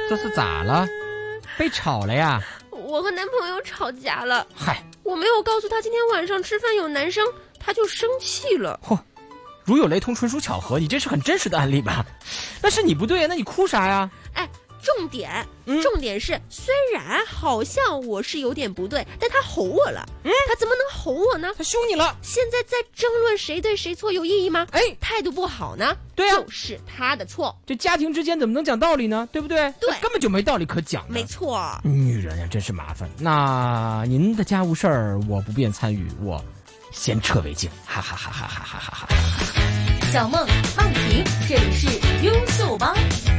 这是咋了？被吵了呀？ 我和男朋友吵架了。 嗨， 我没有告诉他今天晚上吃饭有男生，他就生气了。 嚯，如有雷同，纯属巧合。你这是很真实的案例吧？那是你不对，那你哭啥呀？ 哎，重点是，虽然好像我是有点不对，但他吼我了。他怎么能吼我呢？ 他凶你了。 现在在争论谁对谁错有意义吗？态度不好呢？ 对啊， 就是他的错。 这家庭之间怎么能讲道理呢？对不对？ 对， 根本就没道理可讲的。 没错。 女人呀，真是麻烦。那您的家务事儿我不便参与，我先撤为敬。哈哈哈哈哈哈哈哈。 小梦曼婷，这里是优秀帮。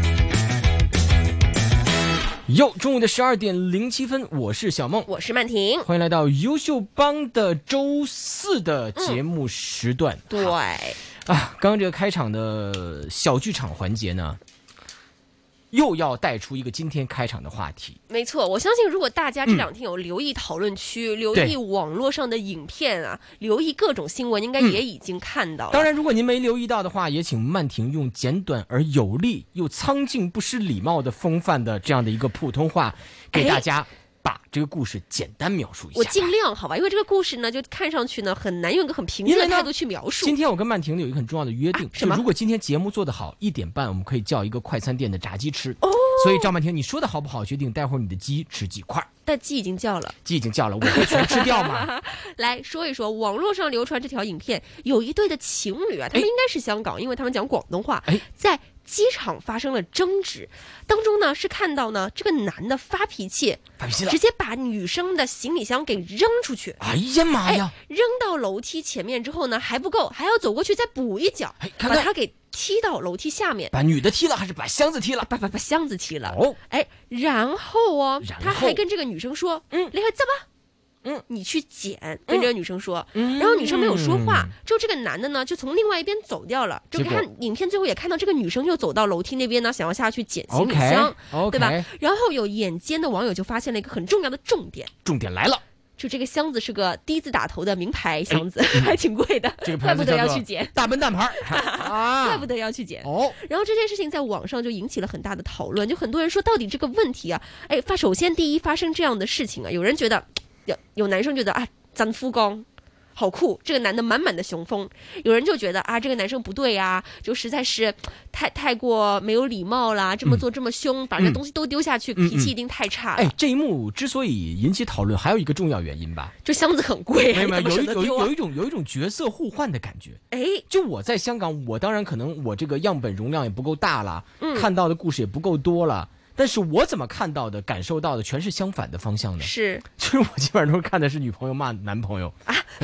中午的12:07，我是小梦， 我是曼婷， 欢迎来到优秀帮的周四的节目时段。 对刚刚这个开场的小剧场环节呢，又要带出一个今天开场的话题。 没错，我相信如果大家这两天有留意讨论区，留意网络上的影片啊，留意各种新闻，应该也已经看到了。 当然，如果您没留意到的话，也请曼婷用简短而有力又苍劲不失礼貌的风范的这样的一个普通话，给大家把这个故事简单描述一下。 我尽量好吧，因为这个故事呢，就看上去呢很难用一个很平静的态度去描述。 今天我跟曼婷有一个很重要的约定， 什么？ 如果今天节目做得好，1点半我们可以叫一个快餐店的炸鸡吃。所以赵曼婷，你说的好不好？决定待会儿你的鸡吃几块？ 但鸡已经叫了， 我会全吃掉吗？ 来说一说网络上流传这条影片，有一对的情侣啊，他们应该是香港，因为他们讲广东话，在机场发生了争执，当中呢是看到呢这个男的发脾气了，直接把女生的行李箱给扔出去。 哎呀妈呀！ 扔到楼梯前面之后呢还不够，还要走过去再补一脚，把他给踢到楼梯下面。 把女的踢了还是把箱子踢了？ 把箱子踢了。然后他还跟这个女生说，你会怎么？你去捡，跟这个女生说，然后女生没有说话，之后这个男的呢就从另外一边走掉了，就看影片最后也看到这个女生又走到楼梯那边呢，想要下去捡行李箱，对吧？然后有眼尖的网友就发现了一个很重要的重点来了，就这个箱子是个D字打头的名牌箱子，还挺贵的， 这个怪不得要去捡， 大笨蛋牌怪不得要去捡。然后这件事情在网上就引起了很大的讨论，就很多人说到底这个问题啊，首先第一发生这样的事情啊，有人觉得有男生觉得咱夫光好酷，这个男的满满的雄风，有人就觉得这个男生不对啊，就实在是太过没有礼貌啦，这么做这么凶，把这东西都丢下去，脾气一定太差了。 这一幕之所以引起讨论，还有一个重要原因吧， 就箱子很贵， 有一种角色互换的感觉。就我在香港，我当然可能我这个样本容量也不够大了，看到的故事也不够多了。但是我怎么看到的、感受到的，全是相反的方向的。就是我基本上都看的是女朋友骂男朋友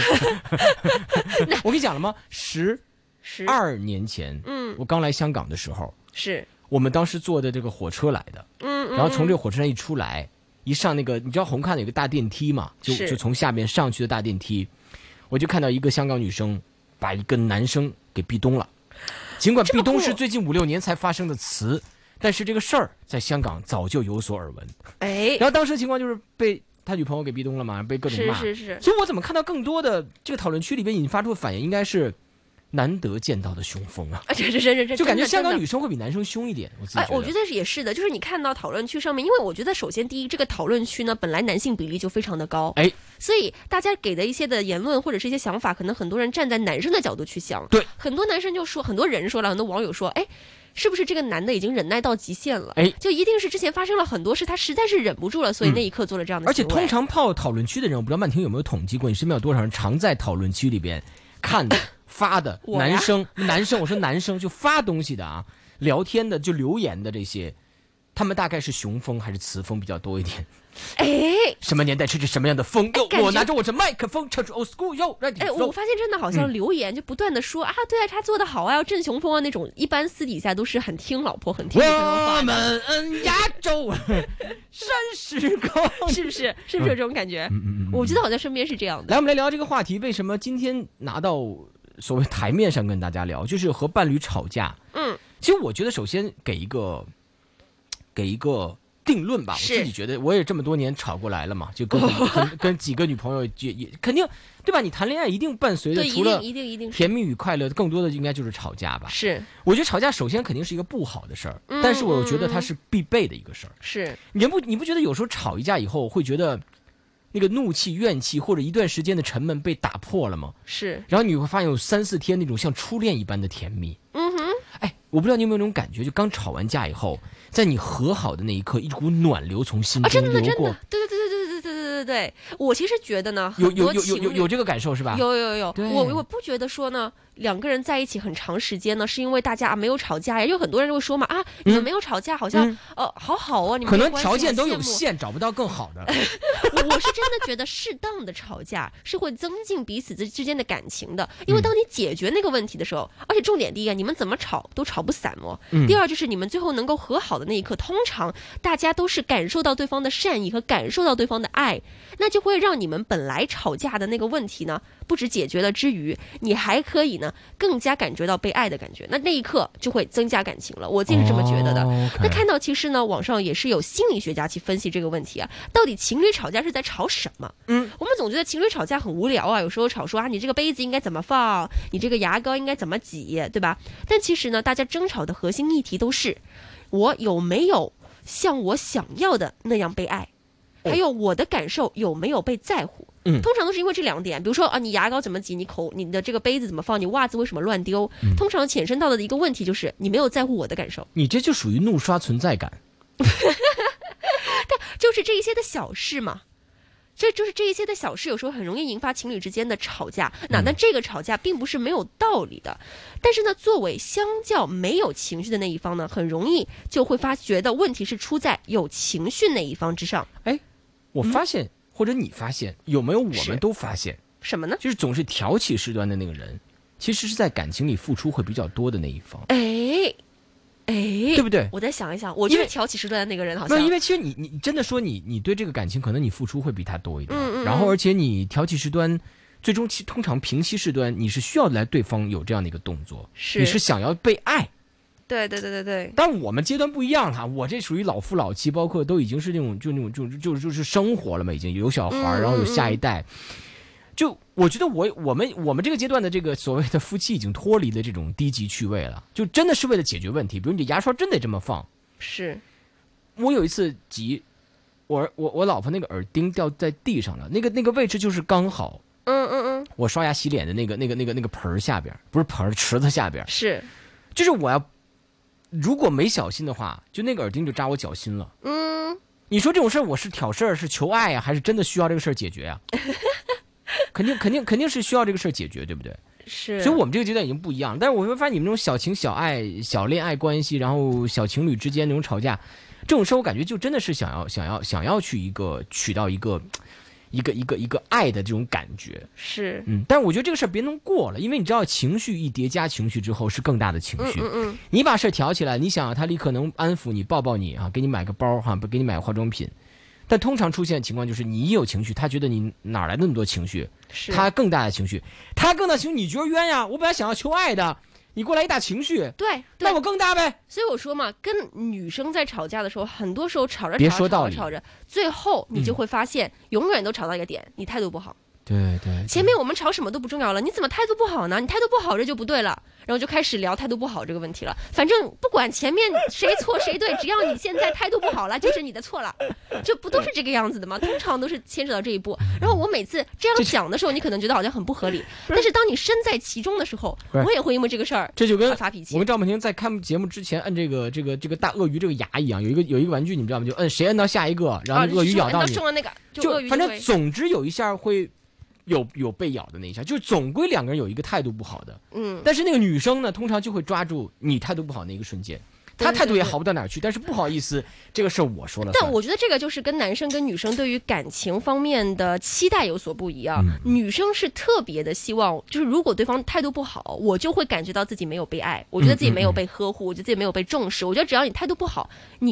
我跟你讲了吗？12年前，我刚来香港的时候，我们当时坐的这个火车来的，然后从这个火车站一出来，一上那个，你知道红磡有个大电梯嘛，就从下面上去的大电梯，我就看到一个香港女生把一个男生给壁咚了，尽管壁咚是最近5、6年才发生的词。但是这个事儿在香港早就有所耳闻，然后当时的情况就是被他女朋友给壁咚了嘛，被各种骂，所以我怎么看到更多的这个讨论区里边引发出的反应，应该是难得见到的雄风啊！就感觉香港女生会比男生凶一点。 我觉得也是的，就是你看到讨论区上面，因为我觉得首先第一，这个讨论区呢本来男性比例就非常的高，所以大家给的一些的言论或者是一些想法，可能很多人站在男生的角度去想， 对， 很多男生就说，很多人说了，很多网友说，是不是这个男的已经忍耐到极限了？就一定是之前发生了很多事，他实在是忍不住了，所以那一刻做了这样的行为。 而且通常泡讨论区的人，我不知道曼婷有没有统计过，你身边有多少人常在讨论区里边看的、发的男生，我说男生就发东西的啊，聊天的就留言的这些，他们大概是雄风还是雌风比较多一点？什么年代吹着什么样的风？我拿着我这麦克风唱出 old school 我发现真的好像留言就不断的说对啊，他做得好啊，要振雄风啊那种，一般私底下都是很听老婆很听女朋友话的。 我们亚洲山石高， 是不是有这种感觉？我觉得好像身边是这样的。 来，我们来聊这个话题，为什么今天拿到所谓台面上跟大家聊，就是和伴侣吵架。其实我觉得首先给一个定论吧，我自己觉得我也这么多年吵过来了嘛，就跟几个女朋友也肯定对吧？你谈恋爱一定伴随着除了一定甜蜜与快乐，更多的应该就是吵架吧。 是， 我觉得吵架首先肯定是一个不好的事儿，但是我又觉得它是必备的一个事儿。 是， 你不觉得有时候吵一架以后会觉得那个怒气、怨气或者一段时间的沉闷被打破了吗？ 是， 然后你会发现有3-4天那种像初恋一般的甜蜜。哎，我不知道你有没有那种感觉，就刚吵完架以后，在你和好的那一刻，一股暖流从心中流过。 真的，对，我其实觉得呢， 有这个感受是吧？ 有，我不觉得说呢，两个人在一起很长时间呢，是因为大家没有吵架呀。有很多人会说嘛，你们没有吵架，好像好好哦，你们可能条件都有限，找不到更好的。 我是真的觉得适当的吵架是会增进彼此之间的感情的，因为当你解决那个问题的时候，而且重点第一你们怎么吵都吵不散哦。第二就是你们最后能够和好的那一刻，通常大家都是感受到对方的善意和感受到对方的爱，那就会让你们本来吵架的那个问题呢，不止解决了之余，你还可以呢更加感觉到被爱的感觉，那一刻就会增加感情了。我自己是这么觉得的。那看到其实呢，网上也是有心理学家去分析这个问题啊，到底情侣吵架是在吵什么？我们总觉得情侣吵架很无聊啊，有时候吵说你这个杯子应该怎么放，你这个牙膏应该怎么挤，对吧？但其实呢，大家争吵的核心议题都是我有没有像我想要的那样被爱，还有我的感受有没有被在乎。通常都是因为这2点，比如说你牙膏怎么挤，你的这个杯子怎么放，你袜子为什么乱丢，通常衍生到的一个问题就是你没有在乎我的感受。你这就属于怒刷存在感。 但就是这一些的小事嘛，这一些的小事有时候很容易引发情侣之间的吵架。那这个吵架并不是没有道理的，但是呢，作为相较没有情绪的那一方呢，很容易就会觉得问题是出在有情绪那一方之上。 我发现。或者你发现有没有我们都发现什么呢？ 就是总是挑起事端的那个人，其实是在感情里付出会比较多的那一方。对不对？ 我再想一想，我就是挑起事端的那个人，好像。 因为其实你真的说你对这个感情可能你付出会比他多一点，然后而且你挑起事端，最终通常平息事端，你是需要来对方有这样的一个动作，你是想要被爱。 对， 但我们阶段不一样哈，我这属于老夫老妻，包括都已经是那种就是生活了嘛，已经有小孩，然后有下一代。就我觉得我们这个阶段的这个所谓的夫妻已经脱离了这种低级趣味了，就真的是为了解决问题。比如你的牙刷真得这么放。是，我有一次挤，我老婆那个耳钉掉在地上了，那个位置就是刚好。我刷牙洗脸的那个盆下边，不是盆池子下边。是，就是我要。如果没小心的话，就那个耳钉就扎我脚心了。你说这种事儿，我是挑事儿，是求爱呀，还是真的需要这个事儿解决呀？肯定是需要这个事儿解决，对不对？是。所以我们这个阶段已经不一样了。但是我会发现你们那种小情小爱、小恋爱关系，然后小情侣之间那种吵架，这种事儿，我感觉就真的是想要去取到一个爱的这种感觉。是。但是我觉得这个事儿别弄过了，因为你知道情绪一叠加情绪之后是更大的情绪。你把事儿挑起来，你想他立刻能安抚你、抱抱你啊，给你买个包哈，给你买个化妆品。但通常出现的情况就是你一有情绪，他觉得你哪来那么多情绪？他更大的情绪，你觉得冤呀？我本来想要求爱的。你过来一大情绪，对，那我更大呗。所以我说嘛，跟女生在吵架的时候，很多时候吵着最后你就会发现，永远都吵到一个点，你态度不好。对，前面我们吵什么都不重要了，你怎么态度不好呢？你态度不好这就不对了，然后就开始聊态度不好这个问题了。反正不管前面谁错谁对，只要你现在态度不好了，就是你的错了，就不都是这个样子的吗？通常都是牵扯到这一步。然后我每次这样讲的时候，你可能觉得好像很不合理，但是当你身在其中的时候，我也会因为这个事儿这就跟发脾气。我跟赵梦婷在看节目之前摁这个大鳄鱼这个牙一样，有一个玩具你们知道吗？就摁谁摁到下一个，然后鳄鱼咬到你，就反正总之有一下会。有被咬的那一下，就是总归两个人有一个态度不好的，但是那个女生呢，通常就会抓住你态度不好那一个瞬间，她态度也好不到哪儿去，但是不好意思，这个事儿我说了算。但我觉得这个就是跟男生跟女生对于感情方面的期待有所不一样，女生是特别的希望，就是如果对方态度不好，我就会感觉到自己没有被爱，我觉得自己没有被呵护，我觉得自己没有被重视，我觉得只要你态度不好，你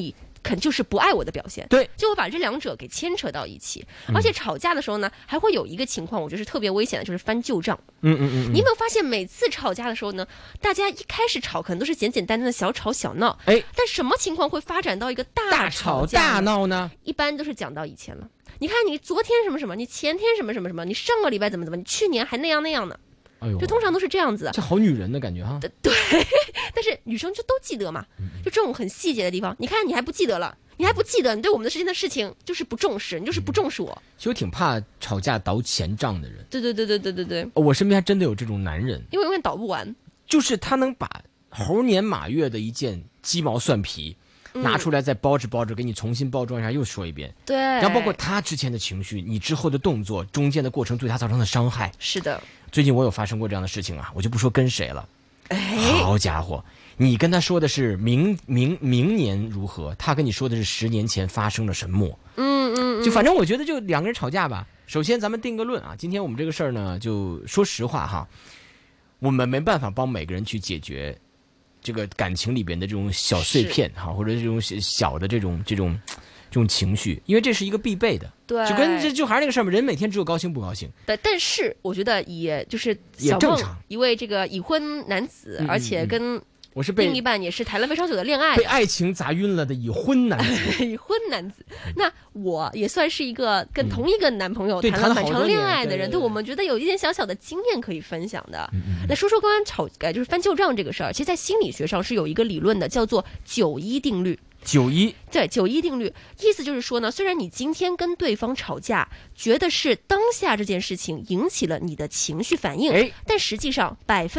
肯就是不爱我的表现。 对， 就会把这两者给牵扯到一起。而且吵架的时候呢，还会有一个情况，我觉得是特别危险的，就是翻旧账。你有没有发现，每次吵架的时候呢，大家一开始吵可能都是简简单单的小吵小闹，但什么情况会发展到一个大吵大闹呢？ 一般都是讲到以前了。你看，你昨天什么什么，你前天什么什么什么，你上个礼拜怎么怎么，你去年还那样那样呢？就通常都是这样子， 这好女人的感觉哈。 对，但是女生就都记得嘛，就这种很细节的地方，你看你还不记得了，你还不记得，你对我们之间的事情就是不重视，你就是不重视我。 其实我挺怕吵架倒钱账的人。 对， 我身边还真的有这种男人， 因为永远倒不完， 就是他能把猴年马月的一件鸡毛蒜皮拿出来再包着给你重新包装一下，又说一遍。 对， 然后包括他之前的情绪，你之后的动作，中间的过程对他造成的伤害。 是的， 最近我有发生过这样的事情啊，我就不说跟谁了。好家伙，你跟他说的是明年如何，他跟你说的是10年前发生了什么。就反正我觉得就两个人吵架吧，首先咱们定个论啊，今天我们这个事儿呢，就说实话哈，我们没办法帮每个人去解决这个感情里边的这种小碎片哈，或者这种小的这种情绪，因为这是一个必备的。 对， 就还是那个事儿嘛，人每天只有高兴不高兴。 对，但是我觉得也就是也正常， 一位这个已婚男子，而且跟我是被另一半也是谈了非常久的恋爱， 被爱情砸晕了的已婚男子。 已婚男子，那我也算是一个跟同一个男朋友谈了蛮长恋爱的人，对我们觉得有一点小小的经验可以分享的。那说关于就是翻旧账这个事儿，其实在心理学上是有一个理论的，叫做9-1定律。对，9-1定律，意思就是说呢，虽然你今天跟对方吵架，觉得是当下这件事情引起了你的情绪反应，但实际上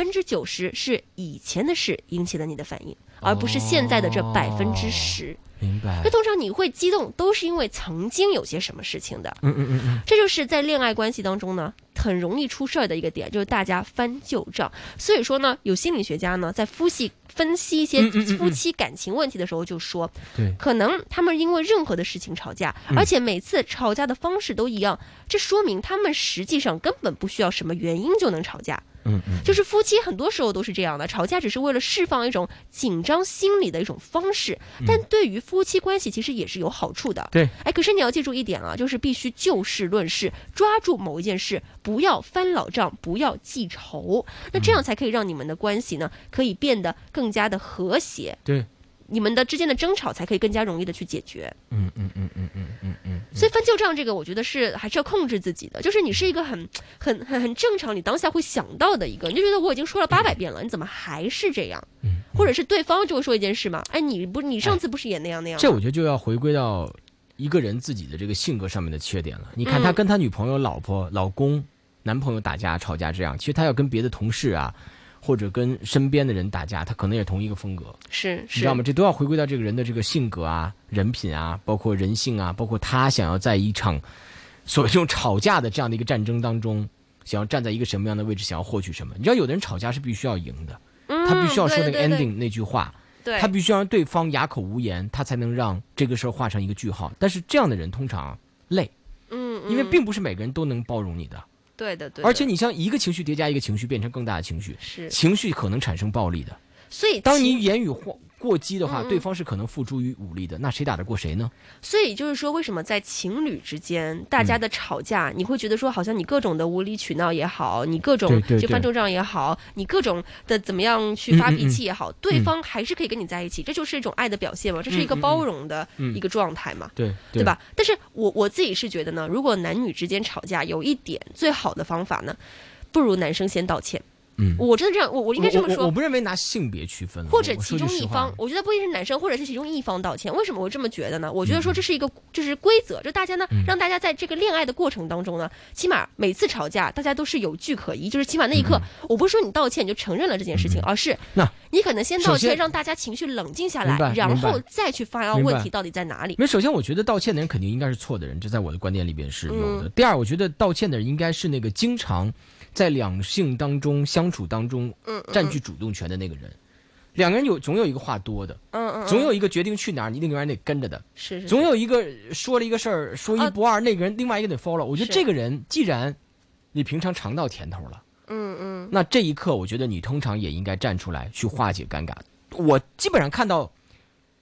90%是以前的事引起了你的反应，而不是现在的这10%。 明白。 那通常你会激动，都是因为曾经有些什么事情的。这就是在恋爱关系当中呢，很容易出事儿的一个点，就是大家翻旧账。所以说呢，有心理学家呢，在分析一些夫妻感情问题的时候就说，可能他们因为任何的事情吵架，而且每次吵架的方式都一样，这说明他们实际上根本不需要什么原因就能吵架。就是夫妻很多时候都是这样的，吵架只是为了释放一种紧张心理的一种方式，但对于夫妻关系其实也是有好处的。 对， 可是你要记住一点啊，就是必须就事论事，抓住某一件事，不要翻老账，不要记仇，那这样才可以让你们的关系呢，可以变得更加的和谐。 对， 你们的之间的争吵才可以更加容易的去解决。所以翻旧账这个，我觉得还是要控制自己的，就是你是一个很正常，你当下会想到的一个，你就觉得我已经说了800遍了，你怎么还是这样？或者是对方就会说一件事嘛，你上次不是也那样那样？ 这我觉得就要回归到一个人自己的这个性格上面的缺点了。你看他跟他女朋友、老婆、老公、男朋友打架吵架这样，其实他要跟别的同事啊，或者跟身边的人打架，他可能也是同一个风格， 是， 你知道吗？这都要回归到这个人的这个性格啊、人品啊，包括人性啊，包括他想要在一场所谓这种吵架的这样的一个战争当中，想要站在一个什么样的位置，想要获取什么。你知道，有的人吵架是必须要赢的，他必须要说那个 ending 那句话，他必须要让对方哑口无言，他才能让这个事儿画上一个句号。但是这样的人通常累，因为并不是每个人都能包容你的。 对的。 而且你像一个情绪叠加一个情绪，变成更大的情绪，情绪可能产生暴力的。 所以当你言语过激的话，对方是可能付诸于武力的，那谁打得过谁呢？ 所以就是说，为什么在情侣之间，大家的吵架，你会觉得说，好像你各种的无理取闹也好，你各种就翻旧账也好，你各种的怎么样去发脾气也好，对方还是可以跟你在一起，这就是一种爱的表现嘛，这是一个包容的一个状态嘛，对吧？但是我自己是觉得呢，如果男女之间吵架，有一点最好的方法呢，不如男生先道歉。我真的这样，我应该这么说。 我不认为拿性别区分， 或者其中一方，我觉得不一定是男生，或者是其中一方道歉。为什么我这么觉得呢？我觉得说这是规则，就大家呢，让大家在这个恋爱的过程当中呢，起码每次吵架，大家都是有据可依，就是起码那一刻，我不是说你道歉你就承认了这件事情，而是你可能先道歉，让大家情绪冷静下来，然后再去发现问题到底在哪里。 首先，我觉得道歉的人肯定应该是错的人，这在我的观点里边是有的。第二，我觉得道歉的人应该是那个经常在两性当中相处当中占据主动权的那个人。两个人总有一个话多的，总有一个决定去哪儿，你另外人得跟着的， 是， 总有一个说了一个事儿说一不二，那个人另外一个得 follow。我觉得这个人既然你平常尝到甜头了，那这一刻我觉得你通常也应该站出来去化解尴尬。我基本上看到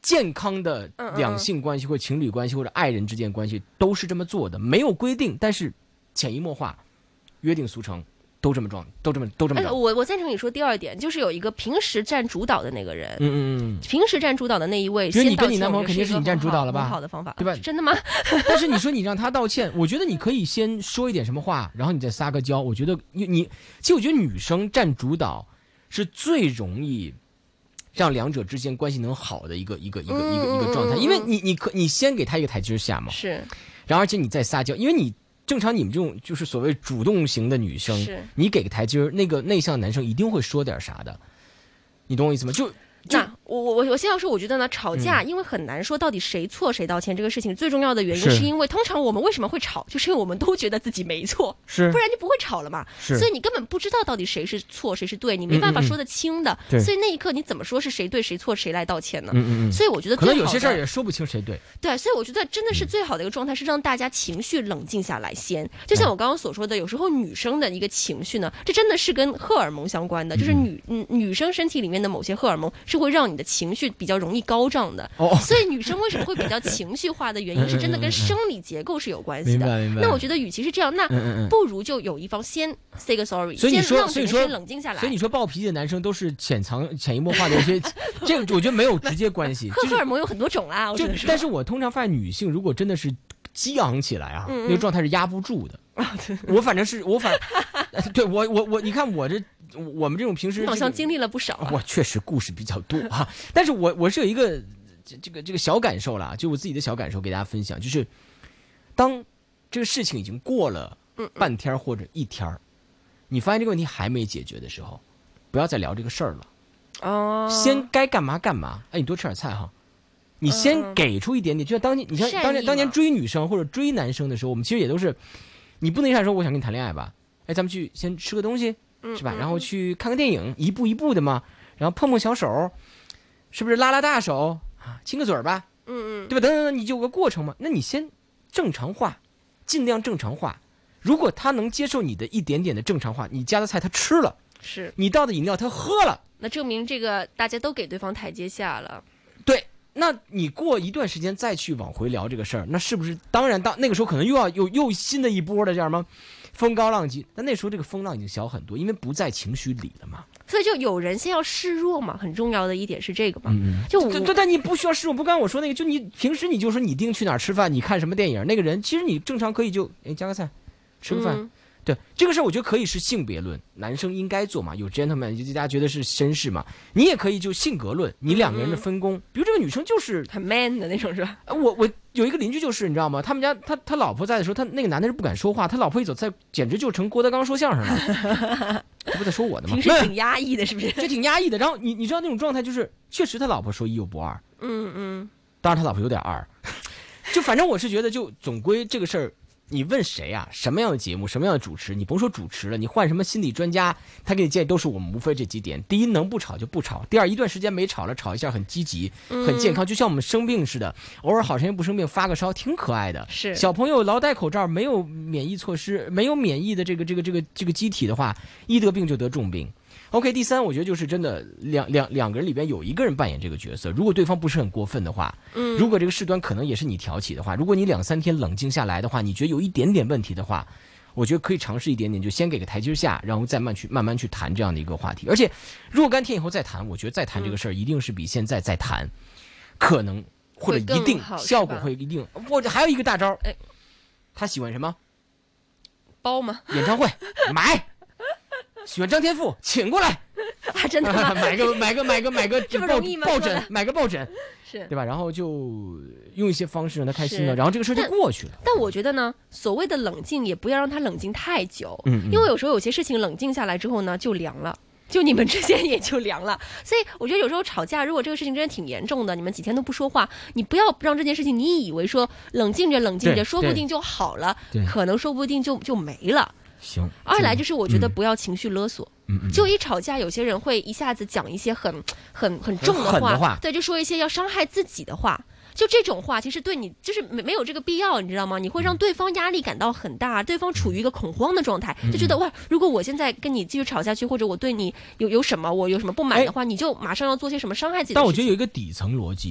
健康的两性关系或情侣关系或者爱人之间关系都是这么做的，没有规定，但是潜移默化，约定俗成，都这么装，都这么我赞成你说第二点，就是有一个平时占主导的那个人，平时占主导的那一位， 因为你跟你男朋友肯定是你占主导了吧？ 很好的方法， 对吧？ 真的吗？ 但是你说你让他道歉，我觉得你可以先说一点什么话，然后你再撒个娇。我觉得其实我觉得女生占主导是最容易让两者之间关系能好的一个状态，因为你先给他一个台阶下嘛， 是， 然后而且你再撒娇，因为你正常你们这种就是所谓主动型的女生，你给个台阶，那个内向男生一定会说点啥的，你懂我意思吗？ 那我先要说，我觉得呢，吵架因为很难说到底谁错谁道歉，这个事情最重要的原因是因为通常我们为什么会吵，就是因为我们都觉得自己没错， 是， 不然就不会吵了嘛。所以你根本不知道到底谁是错谁是对，你没办法说得清的。所以那一刻你怎么说是谁对谁错谁来道歉呢？所以我觉得可能有些事儿也说不清谁对。 对，所以我觉得真的是最好的一个状态是让大家情绪冷静下来先。就像我刚刚所说的，有时候女生的一个情绪呢，这真的是跟荷尔蒙相关的，就是女生身体里面的某些荷尔蒙是会让你的情绪比较容易高涨的。所以女生为什么会比较情绪化的原因是真的跟生理结构是有关系的。那我觉得与其是这样，那不如就有一方先 say 个 sorry， 先让整个先冷静下来。 所以你说暴脾气的男生都是潜移默化的一些这个我觉得没有直接关系。 荷尔蒙有很多种啦， 但是我通常发现女性如果真的是激昂起来啊，那个状态是压不住的。我对我你看我们这种平时好像经历了不少， 我确实故事比较多啊。但是我是有一个这个小感受啦，就我自己的小感受给大家分享，就是当这个事情已经过了半天或者一天，你发现这个问题还没解决的时候，不要再聊这个事儿了。先该干嘛干嘛。哎，你多吃点菜哈。你先给出一点点，就像你像当年追女生或者追男生的时候，我们其实也都是，你不能一下说我想跟你谈恋爱吧，哎，咱们去先吃个东西，是吧？然后去看个电影，一步一步的嘛，然后碰碰小手，是不是拉拉大手啊，亲个嘴吧，对吧？等等，你就有个过程嘛。那你先正常化，尽量正常化。如果他能接受你的一点点的正常化，你夹的菜他吃了， 是你倒的饮料他喝了， 那证明这个大家都给对方台阶下了。 对。那你过一段时间再去往回聊这个事儿，那是不是当然那个时候可能又要又新的一波的叫什么风高浪急？但那时候这个风浪已经小很多，因为不在情绪里了嘛。 所以就有人先要示弱嘛，很重要的一点是这个嘛。 但你不需要示弱，不刚才我说那个，就你平时你就说你定去哪儿吃饭，你看什么电影，那个人其实你正常可以就加个菜，吃个饭。对这个事儿，我觉得可以是性别论，男生应该做嘛，有 gentleman， 大家觉得是绅士嘛。你也可以就性格论，你两个人的分工，比如这个女生就是很 man 的那种，是吧？ 我有一个邻居就是你知道吗？他们家他老婆在的时候，他那个男的是不敢说话，他老婆一走，简直就成郭德纲说相声了。他不在说我的吗？ 平时挺压抑的，是不是？ 就挺压抑的。然后你知道那种状态，就是确实他老婆说一又不二。当然他老婆有点二，就反正我是觉得，就总归这个事儿。你问谁啊？什么样的节目，什么样的主持？你甭说主持了，你换什么心理专家，他给你建议都是我们无非这几点：第一，能不吵就不吵；第二，一段时间没吵了，吵一下很积极、很健康，就像我们生病似的，偶尔好长时间不生病，发个烧，挺可爱的。 是小朋友老戴口罩，没有免疫措施，没有免疫的这个机体的话，一得病就得重病。OK， 第三，我觉得就是真的两个人里边有一个人扮演这个角色，如果对方不是很过分的话，如果这个事端可能也是你挑起的话，如果你2-3天冷静下来的话，你觉得有一点点问题的话，我觉得可以尝试一点点，就先给个台阶下，然后再慢慢去谈这样的一个话题。而且若干天以后再谈，我觉得再谈这个事儿一定是比现在再谈可能或者一定效果会一定。或者还有一个大招，他喜欢什么？ 包吗？ 演唱会买。喜欢张天赋，请过来啊！真的吗？ 买个这么容易吗？ 抱枕，买个抱枕， 是对吧？然后就用一些方式让他开心了，然后这个事儿就过去了。 但我觉得呢，所谓的冷静，也不要让他冷静太久，因为有时候有些事情冷静下来之后呢，就凉了。就你们之间也就凉了，所以我觉得有时候吵架，如果这个事情真的挺严重的，你们几天都不说话，你不要让这件事情，你以为说冷静着，说不定就好了，可能说不定就没了。 行。 二来就是我觉得不要情绪勒索，就一吵架，有些人会一下子讲一些很重的话，对，就说一些要伤害自己的话。就这种话，其实对你就是没有这个必要，你知道吗？你会让对方压力感到很大，对方处于一个恐慌的状态，就觉得哇，如果我现在跟你继续吵下去，或者我对你有什么我有什么不满的话，你就马上要做些什么伤害自己的事情。 但我觉得有一个底层逻辑，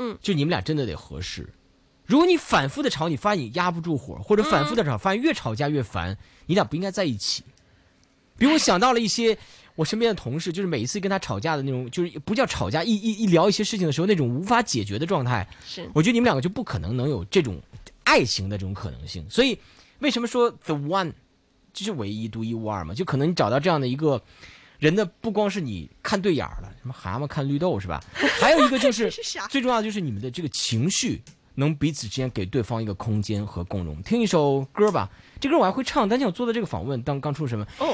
就你们俩真的得合适。如果你反复的吵，你发现你压不住火，或者反复的吵，发现越吵架越烦，你俩不应该在一起。比如我想到了一些我身边的同事，就是每一次跟他吵架的那种，就是不叫吵架，一聊一些事情的时候，那种无法解决的状态，我觉得你们两个就不可能有这种爱情的这种可能性。所以为什么说 the one 就是唯一独一无二嘛？就可能你找到这样的一个人的，不光是你看对眼了，什么蛤蟆看绿豆是吧？还有一个就是最重要的就是你们的这个情绪能彼此之间给对方一个空间和共融。听一首歌吧，这歌我还会唱，但是我做的这个访问刚出什么？哦，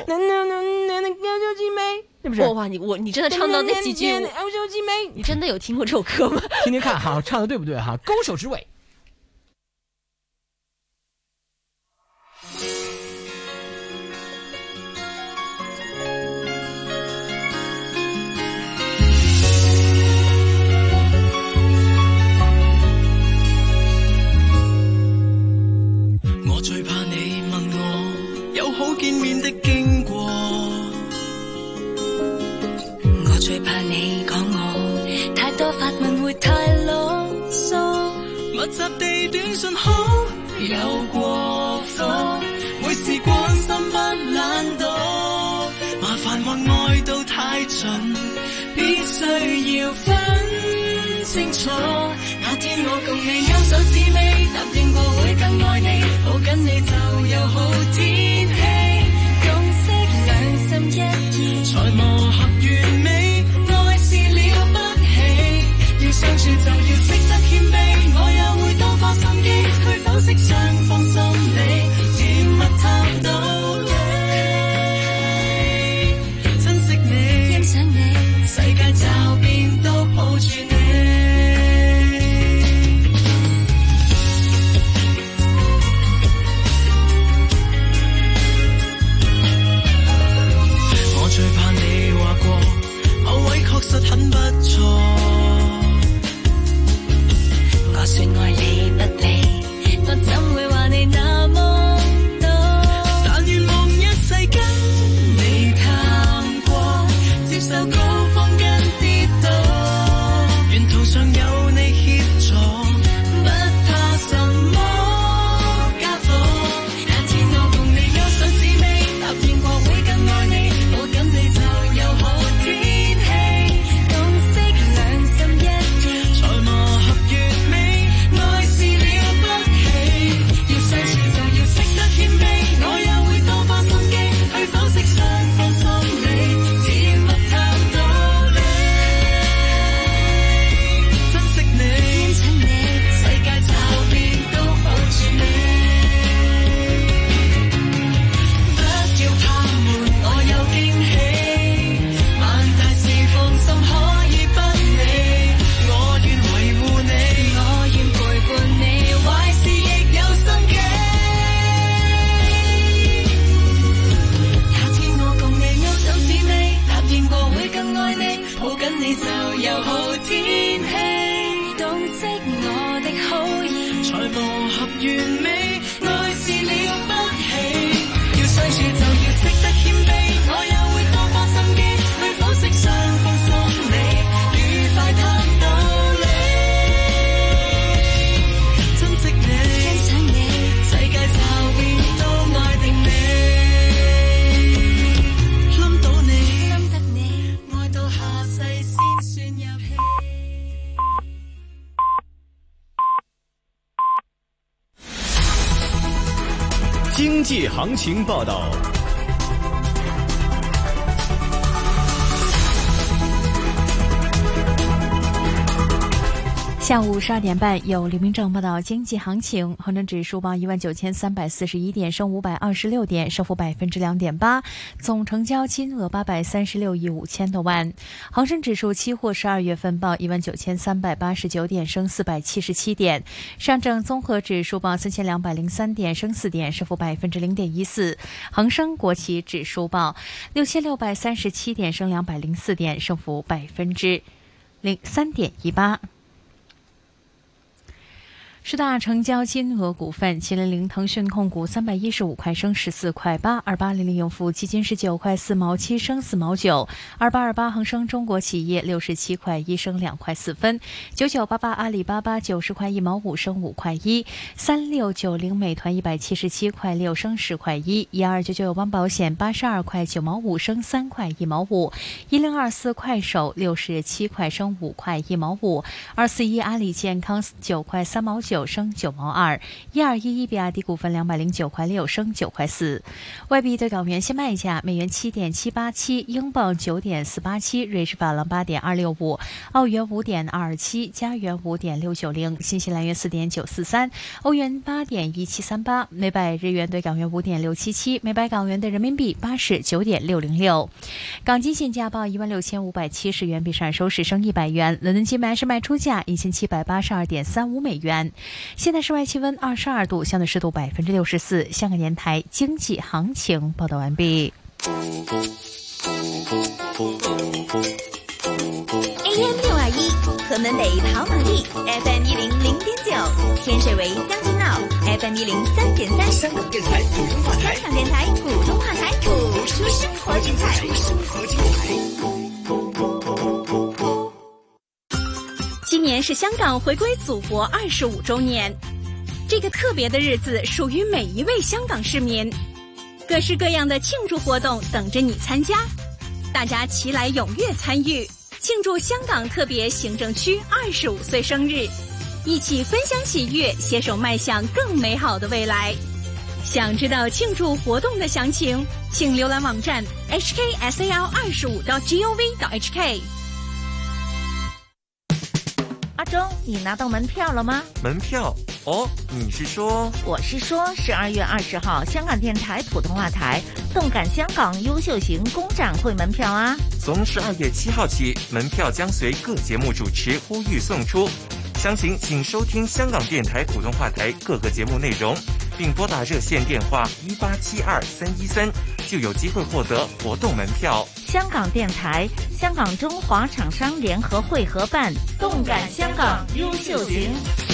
那不是？ 哇，你真的唱到那几句？你真的有听过这首歌吗？ 听听看哈，唱的对不对哈？勾手指尾。 我最怕你問我有好見面的經過，我最怕你講我太多發問會太囉嗦，密集地短信好有過火，每事關心不懶惰，麻煩或愛到太盡，必須要分清楚。那天我共你勾手指尾，答應過會更愛你，抱緊你就有好天氣，共識兩心一意，才磨合完美，愛是了不起，要相處就要識得謙卑，我也會多花心機去剖析雙方心理，甜蜜談道理，珍惜你，欣賞你，世界驟變都抱住你。確實很不錯，我說愛理不理，我怎會話你那麼多？但願望一世跟你談過，接受高峰跟跌倒，沿途上有你協助，不怕什麼家伙。那天我共你勾手指尾，答應過會更愛你，抱緊你就有好天。 经济行情报道。 下午12点半，由李明正报道经济行情。恒生指数报19341点，升526点，升幅2.8%，总成交金额836亿5千多万。恒生指数期货12月份报19389点，升477点。上证综合指数报3203点，升4点，升幅0.14%。恒生国企指数报6637点，升204点，升幅3.18%。 十大成交金额股份：700腾讯控股315块升14块8，2800永富基金19块4毛7升4毛9，2828恒生中国企业67块1升2块4分，9988阿里巴巴90块1毛5升5块1，3690美团177块6升10块1，1299友邦保险82块9毛5升3块1毛5，1024快手67块升5块1毛5，241阿里健康9块3毛9升9毛2，1211比亚迪股份209块6升9块4。外币对港元现卖价：美元7.787，英镑9.487，瑞士法郎8.265，澳元5.227，加元5.690，新西兰元4.943，欧元8.1738，每百日元对港元5.677，每百港元对人民币89.606。港金现价报16570元，比上收市升100元。伦敦金买是卖出价1782.35美元。现在室外气温22度，相对湿度64%。香港电台经济行情报道完毕。 AM621，河门北跑马地 ，FM100.9，天水围将军澳 ，FM103.3， 香港电台普通话台， 香港电台普通话台，谱出生活精彩， 今年是香港回归祖国25周年，这个特别的日子属于每一位香港市民，各式各样的庆祝活动等着你参加，大家齐来踊跃参与，庆祝香港特别行政区25岁生日，一起分享喜悦，携手迈向更美好的未来。想知道庆祝活动的详情，请浏览网站 hksal25.gov.hk。 阿忠，你拿到门票了吗？ 门票？哦，你是说？ 我是说12月20号香港电台普通话台动感香港优秀型工展会门票啊。 从12月7号起，门票将随各节目主持呼吁送出。详情请收听香港电台普通话台各个节目内容，并拨打热线电话1872313，就有机会获得活动门票。 香港电台、香港中华厂商联合会合办动感香港优秀型，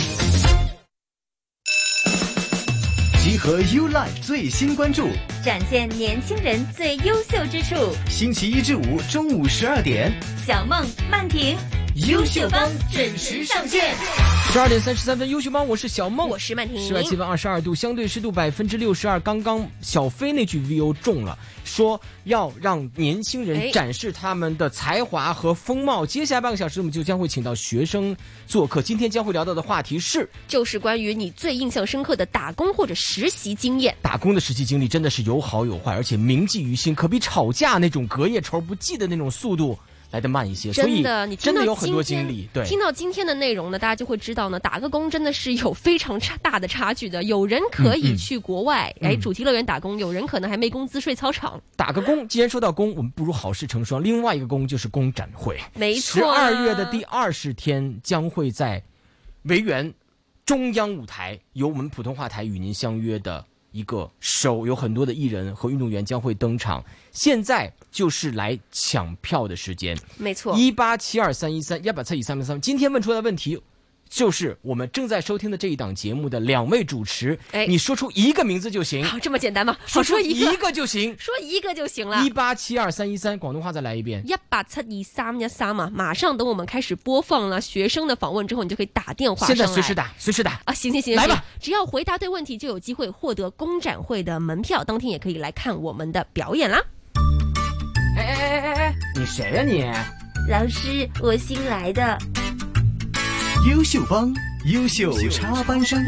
集合 U-Life 最新关注， 展现年轻人最优秀之处。 星期1至5中午12点， 小梦、曼婷，优秀帮准时上线。 12点33分，优秀帮，我是小梦， 我是曼婷。 室外气温22度，相对湿度62%。刚刚小飞那句 VO 中了，说要让年轻人展示他们的才华和风貌。接下来半个小时，我们就将会请到学生做客。今天将会聊到的话题就是关于你最印象深刻的打工或者实习经验。 打工的实习经历真的是有好有坏，而且铭记于心，可比吵架那种隔夜仇不记的那种速度来得慢一些， 真的， 你真的有很多经历。对， 听到今天的内容呢，大家就会知道呢，打个工真的是有非常大的差距的。有人可以去国外，主题乐园打工，有人可能还没工资睡操场。 打个工，既然说到工，我们不如好事成双。另外一个工就是工展会， 没错 ，12月的第20天将会在维园中央舞台，由我们普通话台与您相约的一个show，有很多的艺人和运动员将会登场。现在就是来抢票的时间， 没错 ，1872313，1872313。今天问出来的问题就是我们正在收听的这一档节目的两位主持，你说出一个名字就行。 好，这么简单吗？ 说出一个就行， 说一个就行了。 1872313，广东话再来一遍。 1872313嘛，马上等我们开始播放了学生的访问之后，你就可以打电话上来。 现在随时打，随时打啊！行， 来吧， 只要回答对问题，就有机会获得工展会的门票，当天也可以来看我们的表演啦。 哎，你谁呀你？ 老师，我新来的。 优秀帮，优秀插班生。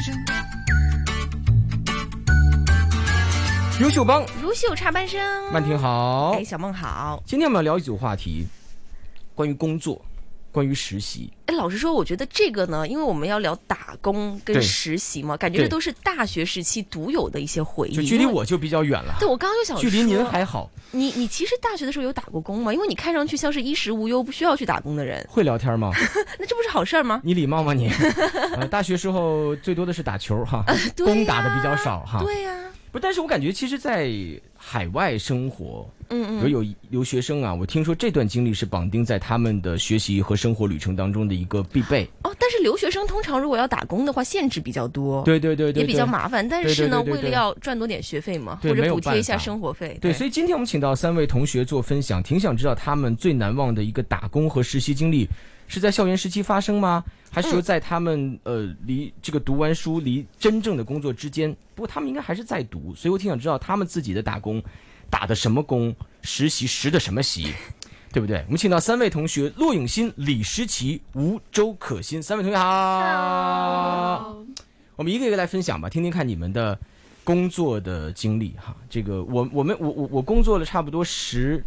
优秀帮， 优秀插班生。 曼婷好， 小梦好。 今天我们要聊一组话题，关于工作，关于实习。 老实说，我觉得这个呢，因为我们要聊打工跟实习嘛，感觉这都是大学时期独有的一些回忆。 就距离我就比较远了。 对，我刚刚就想说， 距离您还好。 你其实大学的时候有打过工吗？因为你看上去像是衣食无忧，不需要去打工的人。 会聊天吗？ 那这不是好事吗？ 你礼貌吗你？大学时候最多的是打球哈，工打的比较少哈。 对呀。 不是，但是我感觉其实在海外生活，比如有留学生啊，我听说这段经历是绑定在他们的学习和生活旅程当中的一个必备。 但是留学生通常如果要打工的话，限制比较多， 对， 也比较麻烦。但是呢，为了要赚多点学费嘛，或者补贴一下生活费。 对，所以今天我们请到3位同学做分享，挺想知道他们最难忘的一个打工和实习经历是在校园时期发生吗？还是说在他们离这个读完书离真正的工作之间？不过他们应该还是在读，所以我挺想知道他们自己的打工打的什么工，实习实的什么习，对不对？我们请到3位同学：骆永新、李诗琪、吴周可欣。3位同学好。我们一个一个来分享吧，听听看你们的工作的经历哈。这个我工作了差不多12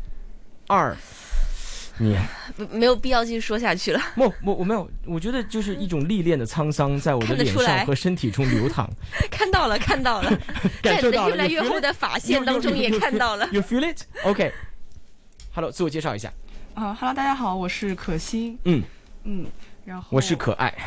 年， 没有必要继续说下去了。 我没有，我觉得就是一种历练的沧桑在我的脸上和身体中流淌。 看到了， 感受到了， 在越来越厚的发线当中也看到了。 You feel it? OK。Hello， 自我介绍一下。 Hello， 大家好，我是可欣。然后我是可爱。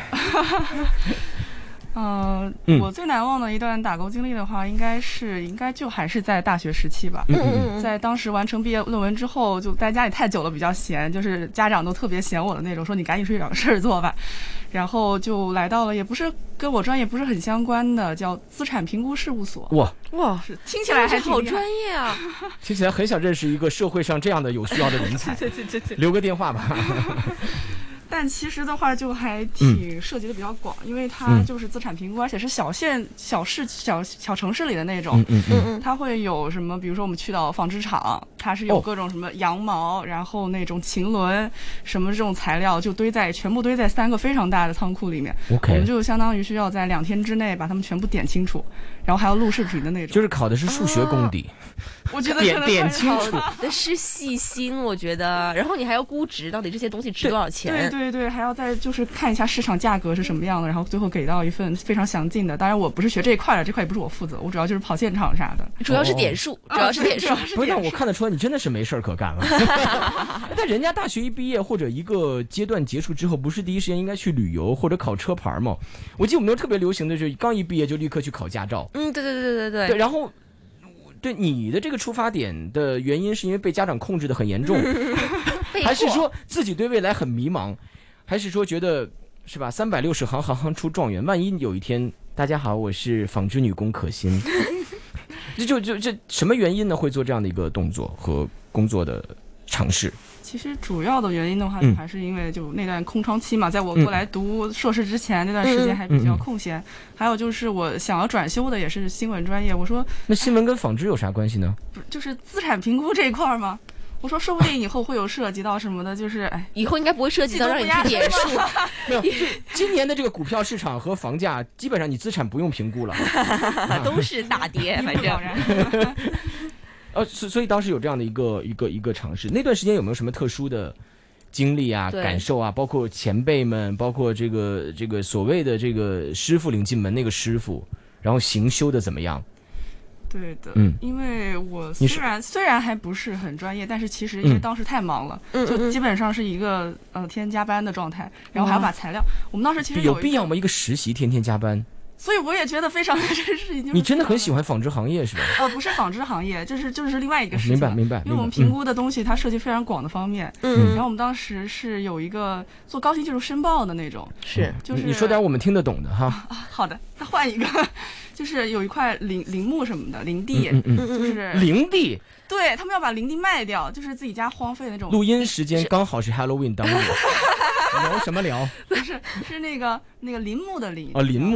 我最难忘的一段打工经历的话，应该就还是在大学时期吧。在当时完成毕业论文之后，就在家里太久了，比较闲，就是家长都特别嫌我的那种，说你赶紧去找个事儿做吧。然后就来到了，也不是跟我专业不是很相关的，叫资产评估事务所。 哇， 是听起来还好专业啊！ 听起来很想认识一个社会上这样的有需要的人才。 对， 留个电话吧。 但其实的话，就还挺涉及的比较广，因为它就是资产评估，而且是小县、小市、小城市里的那种。它会有什么？比如说我们去到纺织厂，它是有各种什么羊毛，然后那种禽纶，什么这种材料就全部堆在3个非常大的仓库里面。我们就相当于需要在2天之内把它们全部点清楚，然后还要录视频的那种。 就是考的是数学功底。 我觉得点清楚的是细心，我觉得。然后你还要估值，到底这些东西值多少钱？ 对，还要再就是看一下市场价格是什么样的，然后最后给到一份非常详尽的。当然我不是学这一块的，这块也不是我负责，我主要就是跑现场啥的。 主要是点数，主要是点数。 不是，那我看得出来你真的是没事可干了。但人家大学一毕业或者一个阶段结束之后，不是第一时间应该去旅游或者考车牌吗？我记得我们那特别流行的就是刚一毕业就立刻去考驾照。 对， 然后。对你的这个出发点的原因是因为被家长控制得很严重，还是说自己对未来很迷茫，还是说觉得是吧360行行行出状元，万一有一天大家好，我是纺织女工可欣，这什么原因呢会做这样的一个动作和工作的尝试？ 其实主要的原因的话，还是因为就那段空窗期嘛，在我过来读硕士之前那段时间还比较空闲。还有就是我想要转修的也是新闻专业，我说那新闻跟纺织有啥关系呢？ 不就是资产评估这一块吗？我说说不定以后会有涉及到什么的，就是以后应该不会涉及到让你去点数。 没有，今年的这个股票市场和房价，基本上你资产不用评估了， 都是大跌，反正。 所以当时有这样的一个尝试。那段时间有没有什么特殊的经历啊、感受啊？包括前辈们，包括这个所谓的这个师傅领进门那个师傅，然后行修的怎么样？ 对的，因为我虽然还不是很专业，但是其实因为当时太忙了，就基本上是一个天天加班的状态，然后还要把材料。我们当时其实有必要吗？一个实习天天加班？ 所以我也觉得非常的真实。 你真的很喜欢纺织行业是吧？ 不是纺织行业，就是另外一个事情。 明白。 因为我们评估的东西它涉及非常广的方面。然后我们当时是有一个做高新技术申报的那种。就是你说点我们听得懂的哈。 好的，再换一个，就是有一块林木什么的林地，就是林地。 对，他们要把林地卖掉，就是自己家荒废的那种。 录音时间刚好是 Halloween 当日。聊什么聊？ 不是那个林木的林。 林木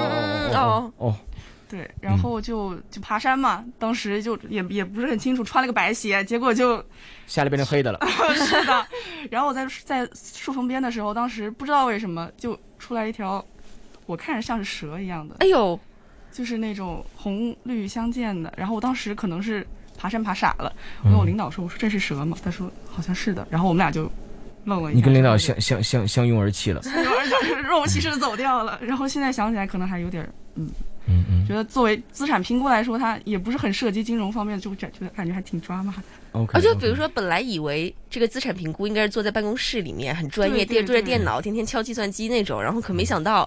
对，然后就爬山嘛，当时就也不是很清楚，穿了个白鞋，结果就下来变成黑的了。 是的，然后我在树缝边的时候，当时不知道为什么就出来一条，我看着像是蛇一样的。 哎呦， 就是那种红绿相间的。然后我当时可能是爬山爬傻了，我跟我领导说：“我说这是蛇吗？”他说：“好像是的。”然后我们俩就愣了一下。 你跟领导相拥而泣了， 若无其事的走掉了。然后现在想起来，可能还有点觉得作为资产评估来说，它也不是很涉及金融方面，就感觉还挺抓马的。 而且比如说，本来以为这个资产评估应该是坐在办公室里面很专业，对着电脑天天敲计算机那种，然后可没想到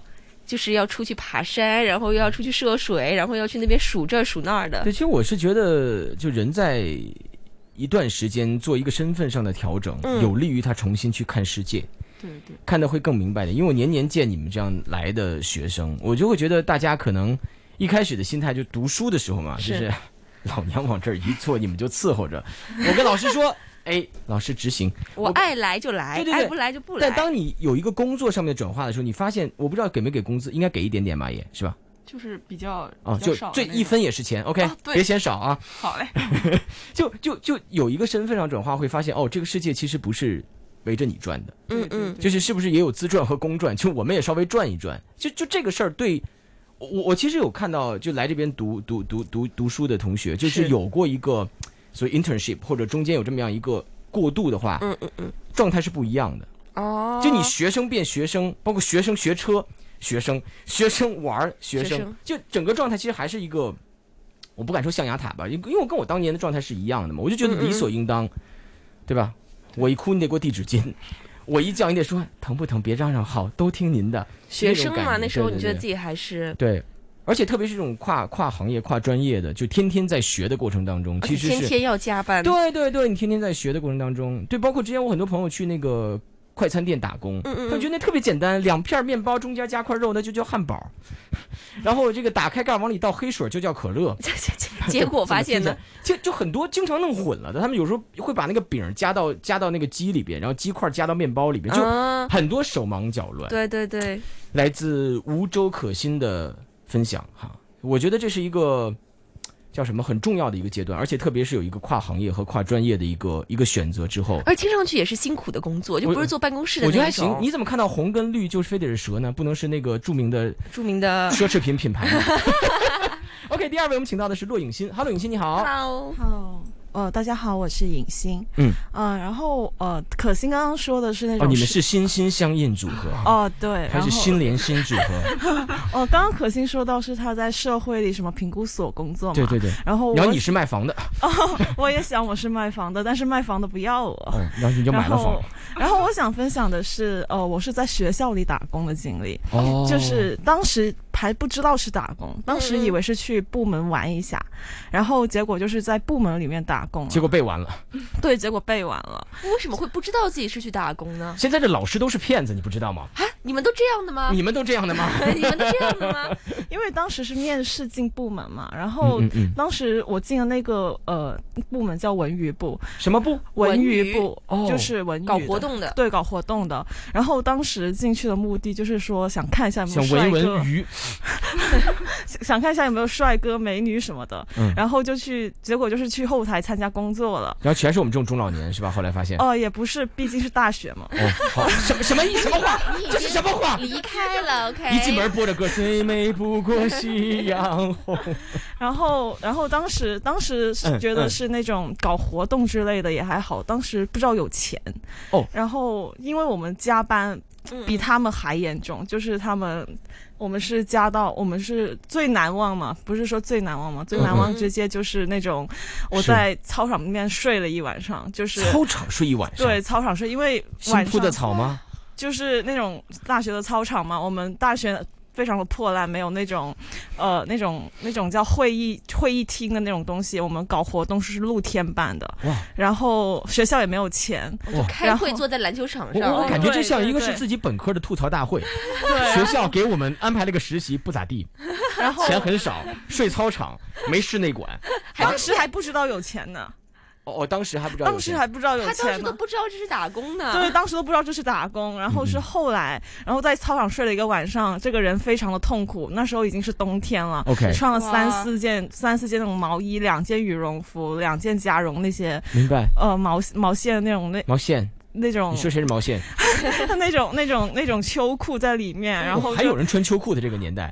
就是要出去爬山，然后要出去涉水，然后要去那边数这数那儿的。 对，其实我是觉得，就人在一段时间做一个身份上的调整，有利于他重新去看世界。 对对， 看得会更明白的。因为我年年见你们这样来的学生，我就会觉得大家可能一开始的心态就读书的时候嘛，就是老娘往这儿一坐，你们就伺候着。我跟老师说，哎，老师执行， 我爱来就来， 对， 爱不来就不来。 但当你有一个工作上面的转化的时候，你发现，我不知道给没给工资，应该给一点点吧，也是吧？ 就是比较就这1分也是钱 ，OK，别嫌少啊。 好嘞。 就有一个身份上转化，会发现这个世界其实不是围着你转的，就是不是也有自转和公转？就我们也稍微转一转，就这个事儿，对我其实有看到，就来这边读书的同学，就是有过一个所谓 internship 或者中间有这么样一个过渡的话，状态是不一样的。哦，就你学生变学生，包括学生学车，学生玩学生，就整个状态其实还是一个，我不敢说象牙塔吧，因为我跟我当年的状态是一样的嘛，我就觉得理所应当，对吧？我一哭你得给我递纸巾，我一叫你得说疼不疼，别嚷嚷，好，都听您的。 学生嘛，那时候你觉得自己还是对，而且特别是这种跨行业、跨专业的，就天天在学的过程当中，其实是天天要加班。 对，你天天在学的过程当中，对，包括之前我很多朋友去那个快餐店打工，他觉得那特别简单，2片面包中间加块肉，那就叫汉堡，然后这个打开盖往里倒黑水就叫可乐。 结果发现呢， 就很多经常弄混了的，他们有时候会把那个饼加到那个鸡里边，然后鸡块加到面包里边，就很多手忙脚乱。 对， 来自梧州可心的分享哈，我觉得这是一个叫什么很重要的一个阶段，而且特别是有一个跨行业和跨专业的一个选择之后， 而听上去也是辛苦的工作，就不是坐办公室的那种。 我觉得还行。你怎么看到红跟绿就是非得是蛇呢？不能是那个著名的奢侈品品牌吗？OK， 第2位我们请到的是骆颖欣。Hello， 颖欣你好。 好，大家好，我是颖欣。然后可心刚刚说的是那种你们是心心相印组合对， 还是心连心组合？ 刚刚可心说到是他在社会里什么评估所工作嘛， 对，然后你是卖房的我也想我是卖房的，但是卖房的不要我， 然后你就买了房。 然后我想分享的是我是在学校里打工的经历，就是当时还不知道是打工，当时以为是去部门玩一下，然后结果就是在部门里面打工， 结果背完了。 对，结果背完了。 为什么会不知道自己是去打工呢？ 现在这老师都是骗子，你不知道吗？ 你们都这样的吗？ 你们都这样的吗？ 你们都这样的吗？ 因为当时是面试进部门嘛，然后当时我进的那个部门叫文娱部。 什么部？ 文娱部，就是文娱搞活动的。 对，搞活动的。然后当时进去的目的就是说想看一下有没有帅哥， 想文娱想看一下有没有帅哥美女什么的，然后结果就是去后台参加工作了。 然后全是我们这种中老年是吧？后来发现也不是，毕竟是大学嘛。 好，什么话？这是什么话？ 离开了 ，OK。 一进门播着歌，最美不过夕阳红。 然后当时觉得是那种搞活动之类的也还好，当时不知道有钱然后因为我们加班比他们还严重，就是我们是加到我们是最难忘嘛，不是说最难忘嘛，最难忘直接就是那种我在操场里面睡了一晚上，就是操场睡一晚上。 对，操场睡，因为晚上新铺的草吗？ 就是那种大学的操场嘛，我们大学非常的破烂，没有那种那种叫会议厅的那种东西，我们搞活动是露天办的。然后学校也没有钱， 开会坐在篮球场上。 我感觉这像一个是自己本科的吐槽大会。学校给我们安排了个实习，不咋地，然后钱很少，睡操场，没室内馆， 当时还不知道有钱呢。 当时还不知道有钱， 他当时都不知道这是打工呢。 对，当时都不知道这是打工，然后是后来，然后在操场睡了一个晚上，这个人非常的痛苦。那时候已经是冬天了，穿了三四件那种毛衣，2件羽绒服，2件加绒那些， 明白？ 毛线那种毛线。 那种你说谁是毛线？ 那种秋裤在里面，然后还有人穿秋裤的这个年代。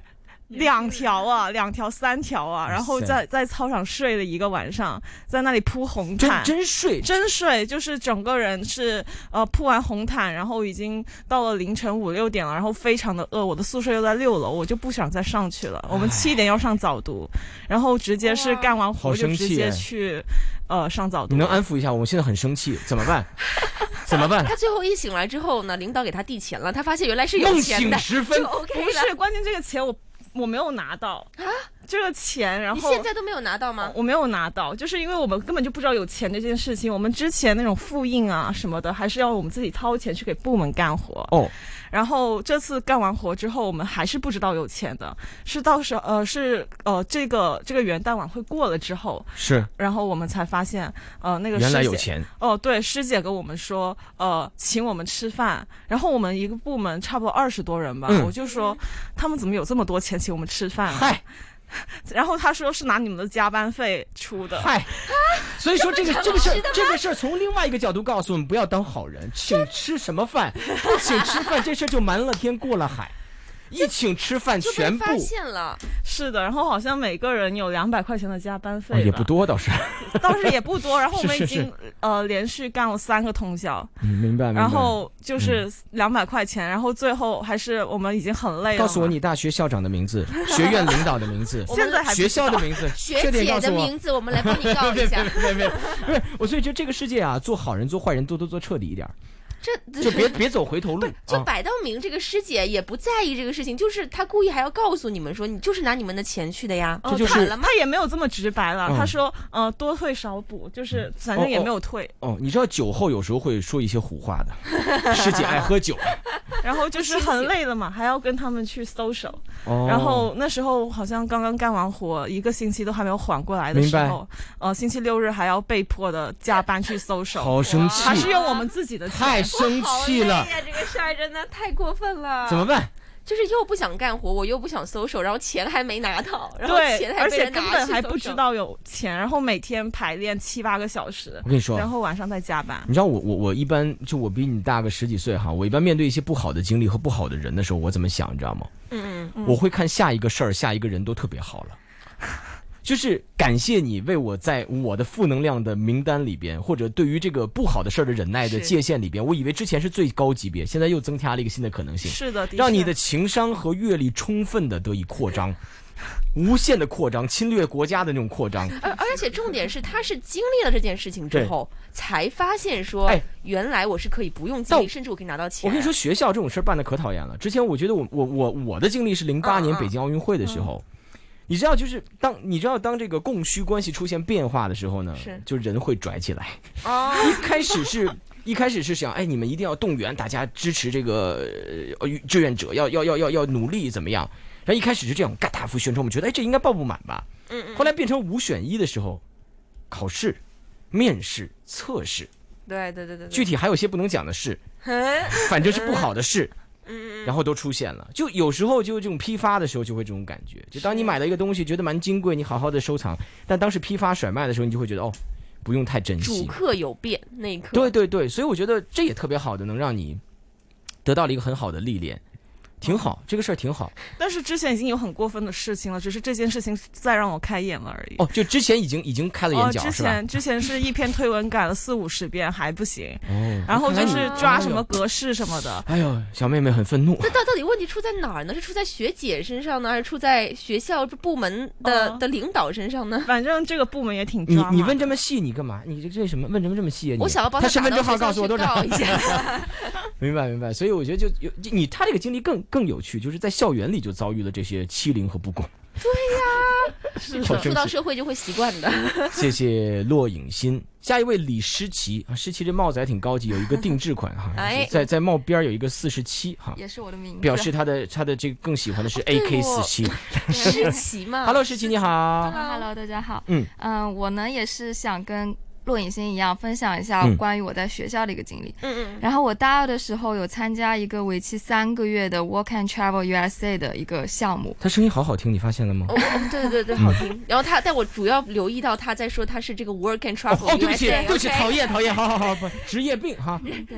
2条啊，2条3条啊，然后在操场睡了1个晚上，在那里铺红毯， 真睡， 就是整个人是铺完红毯，然后已经到了凌晨5、6点了，然后非常的饿，我的宿舍又在6楼，我就不想再上去了。我们7点要上早读，然后直接是干完活就直接去上早读。 你能安抚一下我现在很生气，怎么办？怎么办？ 他最后一醒来之后呢，领导给他递钱了，他发现原来是有钱的， 梦醒时分就 OK 了。 不是，关键这个钱我没有拿到啊，这个钱，然后你现在都没有拿到吗？ 我没有拿到，就是因为我们根本就不知道有钱这件事情。我们之前那种复印啊什么的，还是要我们自己掏钱去给部门干活哦。 然后这次干完活之后，我们还是不知道有钱的，是到时候这个元旦晚会过了之后， 是， 然后我们才发现那个师姐原来有钱对，师姐跟我们说请我们吃饭，然后我们一个部门差不多20多人吧，我就说他们怎么有这么多钱请我们吃饭啊？ 嗨。 然后他说是拿你们的加班费出的， 嗨，所以说这个事儿从另外一个角度告诉我们，不要当好人，请吃什么饭，不请吃饭这事儿就瞒了天过了海。一请吃饭全部发现了， 是的，然后好像每个人有200块钱的加班费， 也不多倒是也不多。然后我们已经连续干了3个通宵， 明白。 然后就是200块钱，然后最后还是我们已经很累了。 告诉我你大学校长的名字，学院领导的名字， 现在还学校的名字， 学姐的名字，我们来帮你告一下。 不是，我所以觉得这个世界啊，做好人做坏人都做彻底一点。就别走回头路， 就摆到明，这个师姐也不在意这个事情，就是她故意还要告诉你们说，你就是拿你们的钱去的呀。 这就是他也没有这么直白了，他说多退少补，就是反正也没有退。 你知道酒后有时候会说一些胡话的，师姐爱喝酒， 然后就是很累了嘛，还要跟他们去 social，然后那时候好像刚刚干完活，1个星期都还没有缓过来的时候，星期6日还要被迫的加班去 social， 好生气， 还是用我们自己的钱。 太生气了呀！这个事儿真的太过分了。 怎么办？ 就是又不想干活，我又不想social，然后钱还没拿到，然后钱还被人拿去， 而且根本还不知道有钱，然后每天排练7、8个小时。 我跟你说， 然后晚上再加班。 你知道我一般就我比你大个10几岁哈，我一般面对一些不好的经历和不好的人的时候，我怎么想，你知道吗？我会看下一个事儿、下一个人都特别好了。就是感谢你为我在我的负能量的名单里边，或者对于这个不好的事儿的忍耐的界限里边，我以为之前是最高级别，现在又增加了一个新的可能性。 是的， 让你的情商和阅历充分的得以扩张，无限的扩张，侵略国家的那种扩张。 而且重点是，他是经历了这件事情之后，才发现说，原来我是可以不用经历，甚至我可以拿到钱。 我跟你说，学校这种事儿办得可讨厌了。之前我觉得我的经历是08年北京奥运会的时候。你知道，就是当这个供需关系出现变化的时候呢，就人会拽起来。一开始是想，你们一定要动员大家支持这个志愿者，要努力怎么样？然后一开始是这样大幅宣传，我们觉得这应该报不满吧。后来变成5选1的时候，考试、面试、测试， 对， 具体还有些不能讲的事，反正是不好的事。然后都出现了，就有时候就这种批发的时候就会这种感觉，就当你买了一个东西觉得蛮金贵，你好好的收藏，但当时批发甩卖的时候，你就会觉得不用太珍惜。 主客有变那一刻。 对，所以我觉得这也特别好的，能让你得到了一个很好的历练。挺好，这个事儿挺好。 但是之前已经有很过分的事情了，只是这件事情再让我开眼了而已。 就之前已经开了眼角，是吧？ 之前是一篇推文改了40-50遍还不行，然后就是抓什么格式什么的。 哎呦，小妹妹很愤怒。 那到底问题出在哪儿呢？是出在学姐身上呢，还是出在学校部门的领导身上呢？ 反正这个部门也挺抓。 你问这么细，你干嘛？你这什么问这么细啊？ 我想要帮他身份证号告诉我多少一下。 明白。所以我觉得他这个经历更有趣，就是在校园里就遭遇了这些欺凌和不公。 对呀，是出到社会就会习惯的。 谢谢骆影欣。下一位李诗琪啊，诗琪这帽子还挺高级，有一个定制款哈，在帽边有一个47哈， 也是我的名字， 表示他的这个更喜欢的是 AK47。 诗琪嘛 ，Hello 诗琪你好。 Hello 大家好。我呢也是想跟骆影欣一样分享一下关于我在学校的一个经历。然后我大2的时候有参加一个为期3个月的 Work and Travel USA 的一个项目。 他声音好好听，你发现了吗？ 对，好听。然后但我主要留意到他在说他是这个 Work and Travel USA。 对不起，讨厌，好，职业病哈。 对。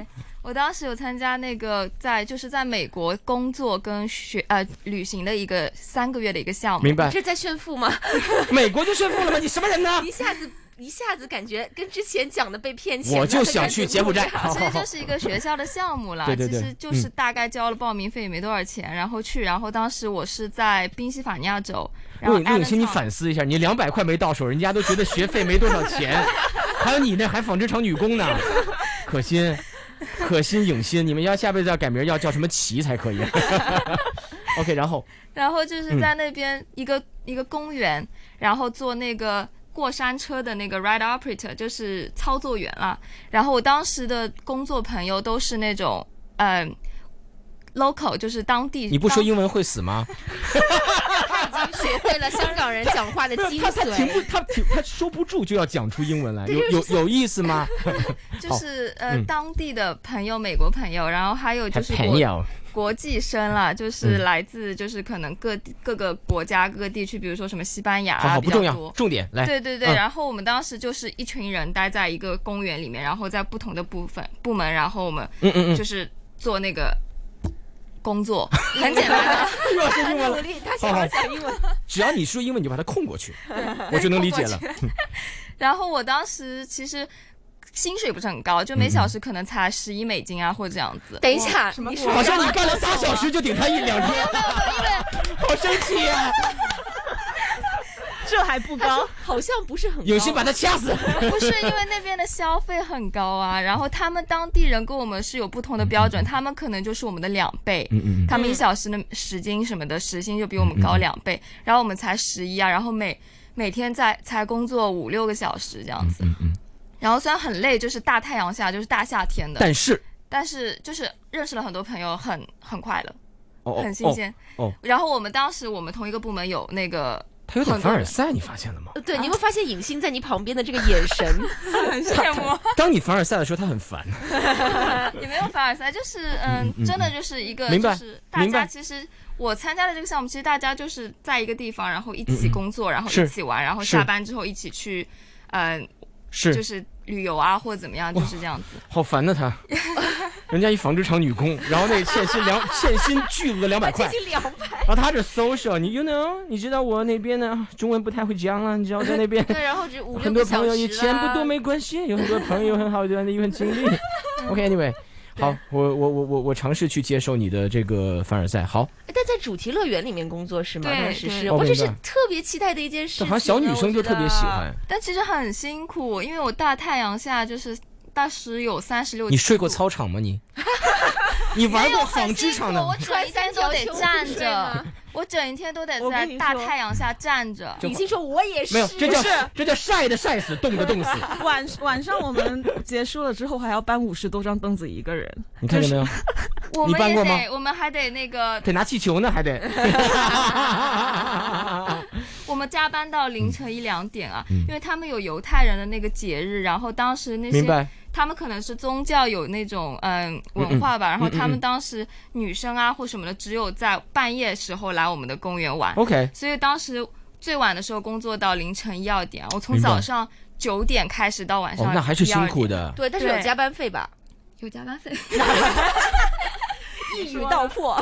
我当时有参加那个在美国工作跟旅行的一个3个月的一个项目。 明白？ 你这在炫富吗？ 美国就炫富了吗？你什么人呢？ 一下子感觉跟之前讲的被骗钱， 我就想去柬埔寨。 其实就是一个学校的项目啦， 对， 其实就是大概交了报名费，也没多少钱，然后当时我是在宾夕法尼亚州。 陆永新，你反思一下，你200块没到手，人家都觉得学费没多少钱，还有你那还纺织厂女工呢，可心、影心，你们下辈子要改名要叫什么齐才可以。OK， 然后就是在那边一个公园，然后做那个过山车的那个 ride operator， 就是操作员啦。然后我当时的工作朋友都是那种local， 就是当地。 你不说英文会死吗？ 他已经学会了香港人讲话的精髓。 他收不住就要讲出英文来，有意思吗？ 就是当地的朋友，美国朋友，然后还有就是国际生啦，就是来自就是可能各个国家各个地区，比如说什么西班牙啊， 不重要，重点来。 对，然后我们当时就是一群人待在一个公园里面，然后在不同的部门，然后我们就是做那个工作，很简单的。 又是英文了， 他想要讲英文。 只要你说英文，你就把它空过去，我就能理解了。 然后我当时其实薪水不是很高，就每小时可能才11美金啊，或者这样子。 等一下， 你说好像你干了3小时就顶他1-2天，好生气啊！ 这还不高， 好像不是很高。 有心把他掐死。 不是因为那边的消费很高啊，然后他们当地人跟我们是有不同的标准，他们可能就是我们的2倍，他们1小时的时薪什么的时薪就比我们高2倍，然后我们才11啊，然后每天才工作5-6个小时这样子，然后虽然很累，就是大太阳下，就是大夏天的，但是就是认识了很多朋友，很快乐，很新鲜。然后我们当时同一个部门有那个。 他有点凡尔赛，你发现了吗？ 对，你会发现影星在你旁边的这个眼神， 很羡慕。 当你凡尔赛的时候，他很烦。 也没有凡尔赛，就是真的就是一个， 明白。 就是大家其实我参加的这个项目，其实大家就是在一个地方，然后一起工作，然后一起玩，然后下班之后一起去，就是旅游啊或者怎么样，就是这样子。 好烦的他。人家一纺织厂女工，然后那欠薪巨额200块， 然后他这 social， 你知道我那边呢中文不太会讲啊，你知道在那边对，然后只5-6 很多朋友也钱不多没关系，有很多朋友很好的一份经历。OK，anyway， 好，我尝试去接受你的这个凡尔赛。好， 但在主题乐园里面工作是吗？ 对， 是，我这是特别期待的一件事情。 好像小女生就特别喜欢， 但其实很辛苦，因为我大太阳下就是大时有36度。 你睡过操场吗你？你玩过纺织厂的？ 我整一天都得站着，我整一天都得在大太阳下站着。 你听说我也是， 没有，这叫晒的晒死，冻的冻死。 晚上我们结束了之后还要搬50多张凳子一个人， 你看见没有？ 你搬过吗？ 我们还得那个得拿气球呢，还得。 我们加班到凌晨1-2点啊，因为他们有犹太人的那个节日，然后当时那些他们可能是宗教有那种文化吧，然后他们当时女生啊或什么的，只有在半夜时候来我们的公园玩。 OK， 所以当时最晚的时候工作到凌晨1-2点，我从早上9点开始到晚上1-2点。 那还是辛苦的。 对，但是有加班费吧？ 有加班费。 一语道破。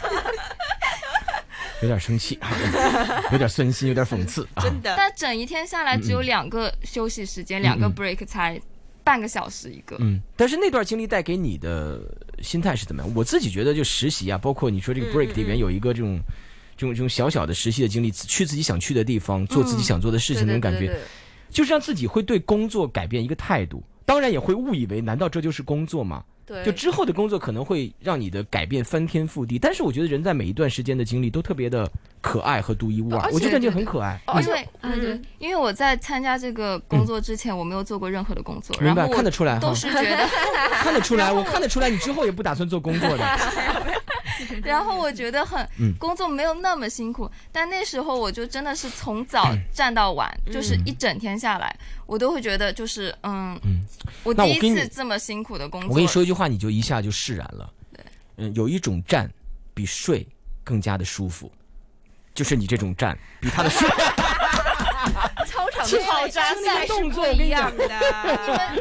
有点生气，有点酸心，有点讽刺， 真的。 但整一天下来只有2个休息时间，2个 break 才半个小时一个。 但是那段经历带给你的心态是怎么样？我自己觉得就实习啊，包括你说这个 break 里面有一个这种小小的实习的经历，去自己想去的地方，做自己想做的事情，那种感觉，就是让自己会对工作改变一个态度。当然也会误以为，难道这就是工作吗？ 对， 就之后的工作可能会让你的改变翻天覆地，但是我觉得人在每一段时间的经历都特别的可爱和独一无二，我就感觉很可爱。 因为我在参加这个工作之前，我没有做过任何的工作， 明白？看得出来， 都是觉得看得出来，我看得出来，你之后也不打算做工作的。 然后我觉得工作没有那么辛苦，但那时候我就真的是从早站到晚，就是一整天下来，我都会觉得就是我第一次这么辛苦的工作。 我跟你说一句话，你就一下就释然了。有一种站比睡更加的舒服，就是你这种站比他的睡。 操场的好扎赛是不一样的。 可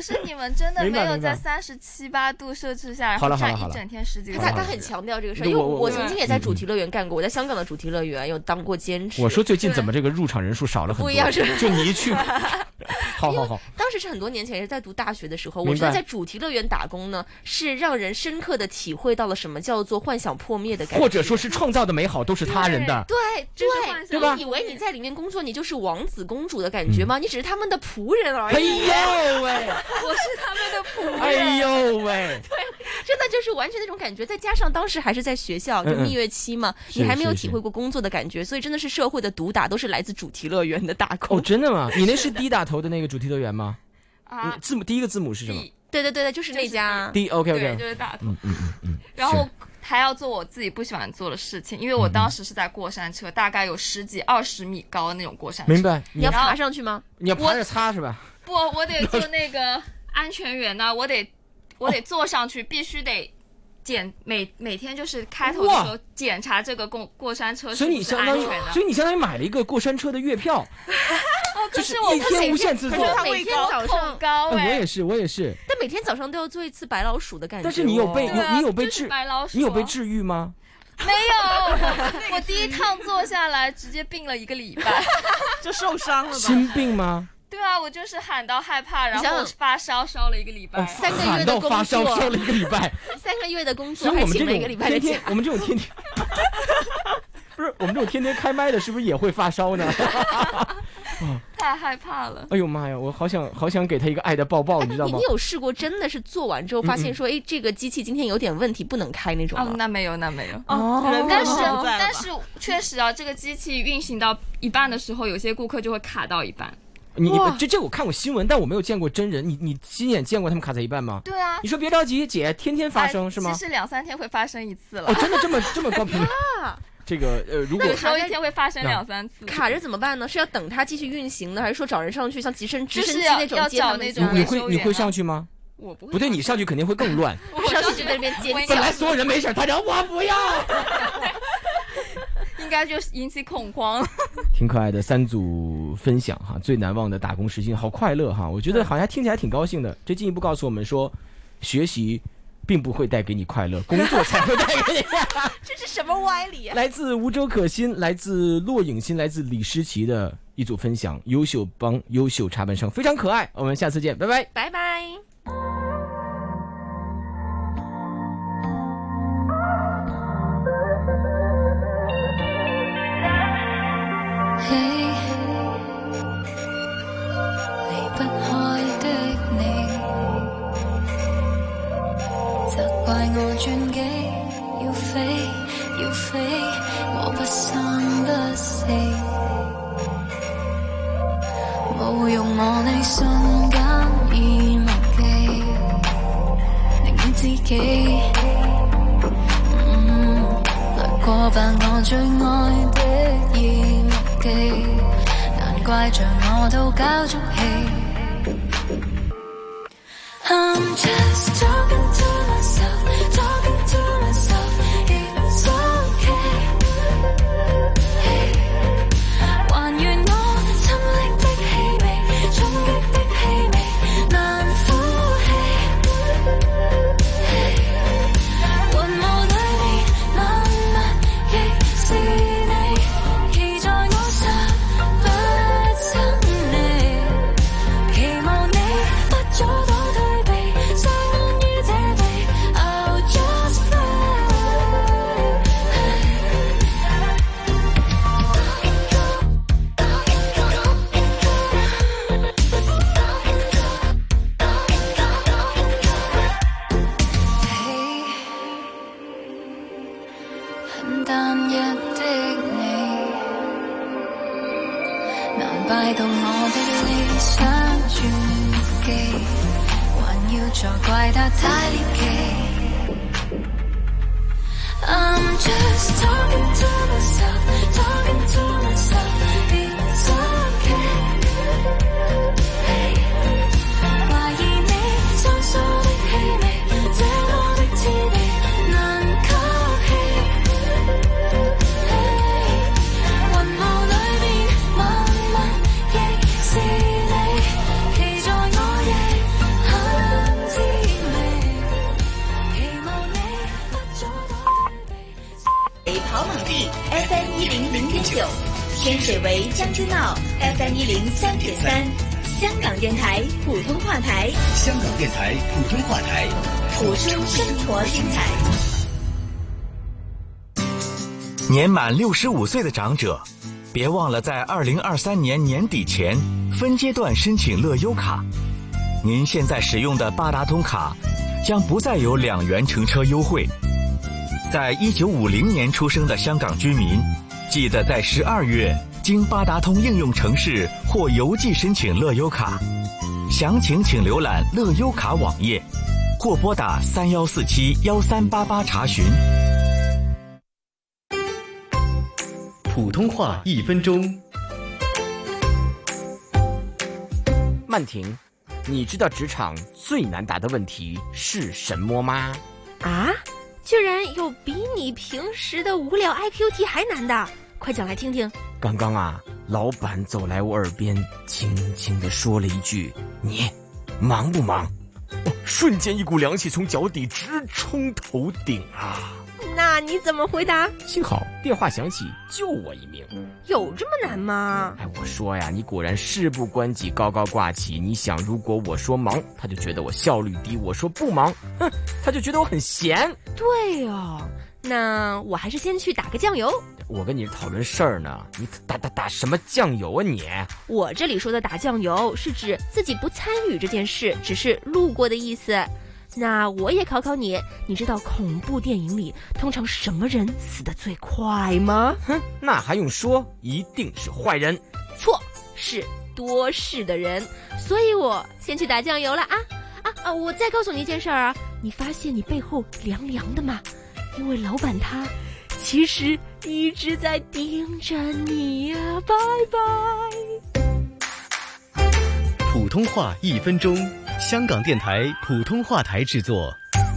是你们真的没有在37、8度摄氏下，然后站一整天10几个小时。 他很强调这个事儿，因为我曾经也在主题乐园干过，我在香港的主题乐园有当过兼职。 我说最近怎么这个入场人数少了很多？ 不一样是吧？ 就你一去，好。 当时是很多年前，也是在读大学的时候，我觉得在主题乐园打工呢，是让人深刻的体会到了什么叫做幻想破灭的感觉， 或者说是创造的美好都是他人的。 对吧？你以为你在里面工作，你就是王子公主的感觉吗？你只是他们的仆人而已。 哎呦喂， 我是他们的仆人。 哎呦喂， 对，真的就是完全那种感觉。再加上当时还是在学校，就蜜月期嘛，你还没有体会过工作的感觉，所以真的是社会的毒打都是来自主题乐园的打工。 哦，真的吗？你那是 D 打头的那个主题乐园吗？啊，第一个字母是什么？ 对，就是那家。 OK， 对，就是打头。然后还要做我自己不喜欢做的事情，因为我当时是在过山车，大概有10几20米高的那种过山车。 明白？ 你要爬上去吗？ 你要爬着擦是吧？ 不，我得做那个安全员呢，我得坐上去，必须得每天就是开头的时候检查这个过山车是不是安全的。 所以你相当于买了一个过山车的月票。 可是我一天无限次坐， 每天早上高我也是， 但每天早上都要做一次白老鼠的感觉。 但是你有被治愈吗？ 没有，我第一趟坐下来直接病了1个礼拜， 就受伤了吧？ 心病吗？ 对啊，我就是喊到害怕，然后发烧烧了1个礼拜 ，3个月的工作， 发烧烧了1个礼拜 ，3个月的工作，还请了1个礼拜的假。 我们这种天天不是我们这种天天开麦的，是不是也会发烧呢？ 太害怕了！ 哎呦妈呀，我好想给他一个爱的抱抱，你知道吗？ 你有试过真的是做完之后发现说，哎，这个机器今天有点问题，不能开那种吗？ 那没有。 哦， 但是确实啊，这个机器运行到一半的时候，有些顾客就会卡到一半。 这我看过新闻，但我没有见过真人。你亲眼见过他们卡在一半吗？ 对啊。 你说别着急，姐，天天发生是吗？ 其实2、3天会发生一次了。 哦，真的这么高频率？这个如果有时候一天会发生2、3次， 卡着怎么办呢？是要等它继续运行呢，还是说找人上去，像直升机那种接他们？ 你会上去吗？ 我不会。 不对，你上去肯定会更乱。 我上去就在那边尖叫。 本来所有人没事，他讲我不要。 应该就引起恐慌。 挺可爱的3组分享哈，最难忘的打工时间，好快乐哈！我觉得好像听起来挺高兴的。这进一步告诉我们说，学习并不会带给你快乐，工作才会带给你。 这是什么歪理啊？ 来自梧州可心，来自骆颖欣，来自李诗琪的一组分享，优秀帮优秀插班生，非常可爱。我们下次见，拜拜， 拜拜。 離不開的你，責怪我轉機，要飛，我不生不死，冇用我你瞬間已忘記，寧願自己，來過扮我最愛的已忘記，難怪像我都交足氣。I'm just talking to myself, talking to myself, it's okay. Hey, 還原我沉溺的氣味，衝擊的氣味，難呼氣。Hey, 雲霧裏面慢慢亦是你，騎在我身不憎你，期望你不阻擋。擺動我的理想傳記，還要再怪他太獵奇。I'm just talking to myself, talking to myself, it's okay. Hey, 懷疑你生疏的氣味，這麼的滋味難吸氣。雲霧裏面慢慢亦是你，期在我亦 9，天水围将军澳 FM103.3，香港电台普通话台， 香港电台普通话台， 谱出生活精彩。 年满65岁的长者，别忘了在2023年年底前分阶段申请乐悠卡。您现在使用的八达通卡将不再有2元乘车优惠。在1950年出生的香港居民，记得在12月经八达通应用程式或邮寄申请乐悠卡。详情请浏览乐悠卡网页，或拨打31471388查询。 普通话1分钟。 曼婷，你知道职场最难答的问题是什么吗？ 啊，居然有比你平时的无聊 IQ 题还难的，快讲来听听。 刚刚啊，老板走来我耳边，轻轻地说了一句：“你忙不忙？”瞬间一股凉气从脚底直冲头顶啊！ 那你怎么回答？ 幸好电话响起，救我一命。 有这么难吗？ 哎，我说呀，你果然事不关己，高高挂起。你想，如果我说忙，他就觉得我效率低；我说不忙，他就觉得我很闲。 对哦，那我还是先去打个酱油。 我跟你讨论事儿呢，你打什么酱油啊你？ 我这里说的打酱油是指自己不参与这件事，只是路过的意思。那我也考考你，你知道恐怖电影里通常什么人死得最快吗？ 那还用说，一定是坏人。 错，是多事的人。所以我先去打酱油了啊！我再告诉你一件事儿啊，你发现你背后凉凉的吗？因为老板他其实一直在盯着你呀！拜拜。 普通话1分钟，香港电台普通话台制作。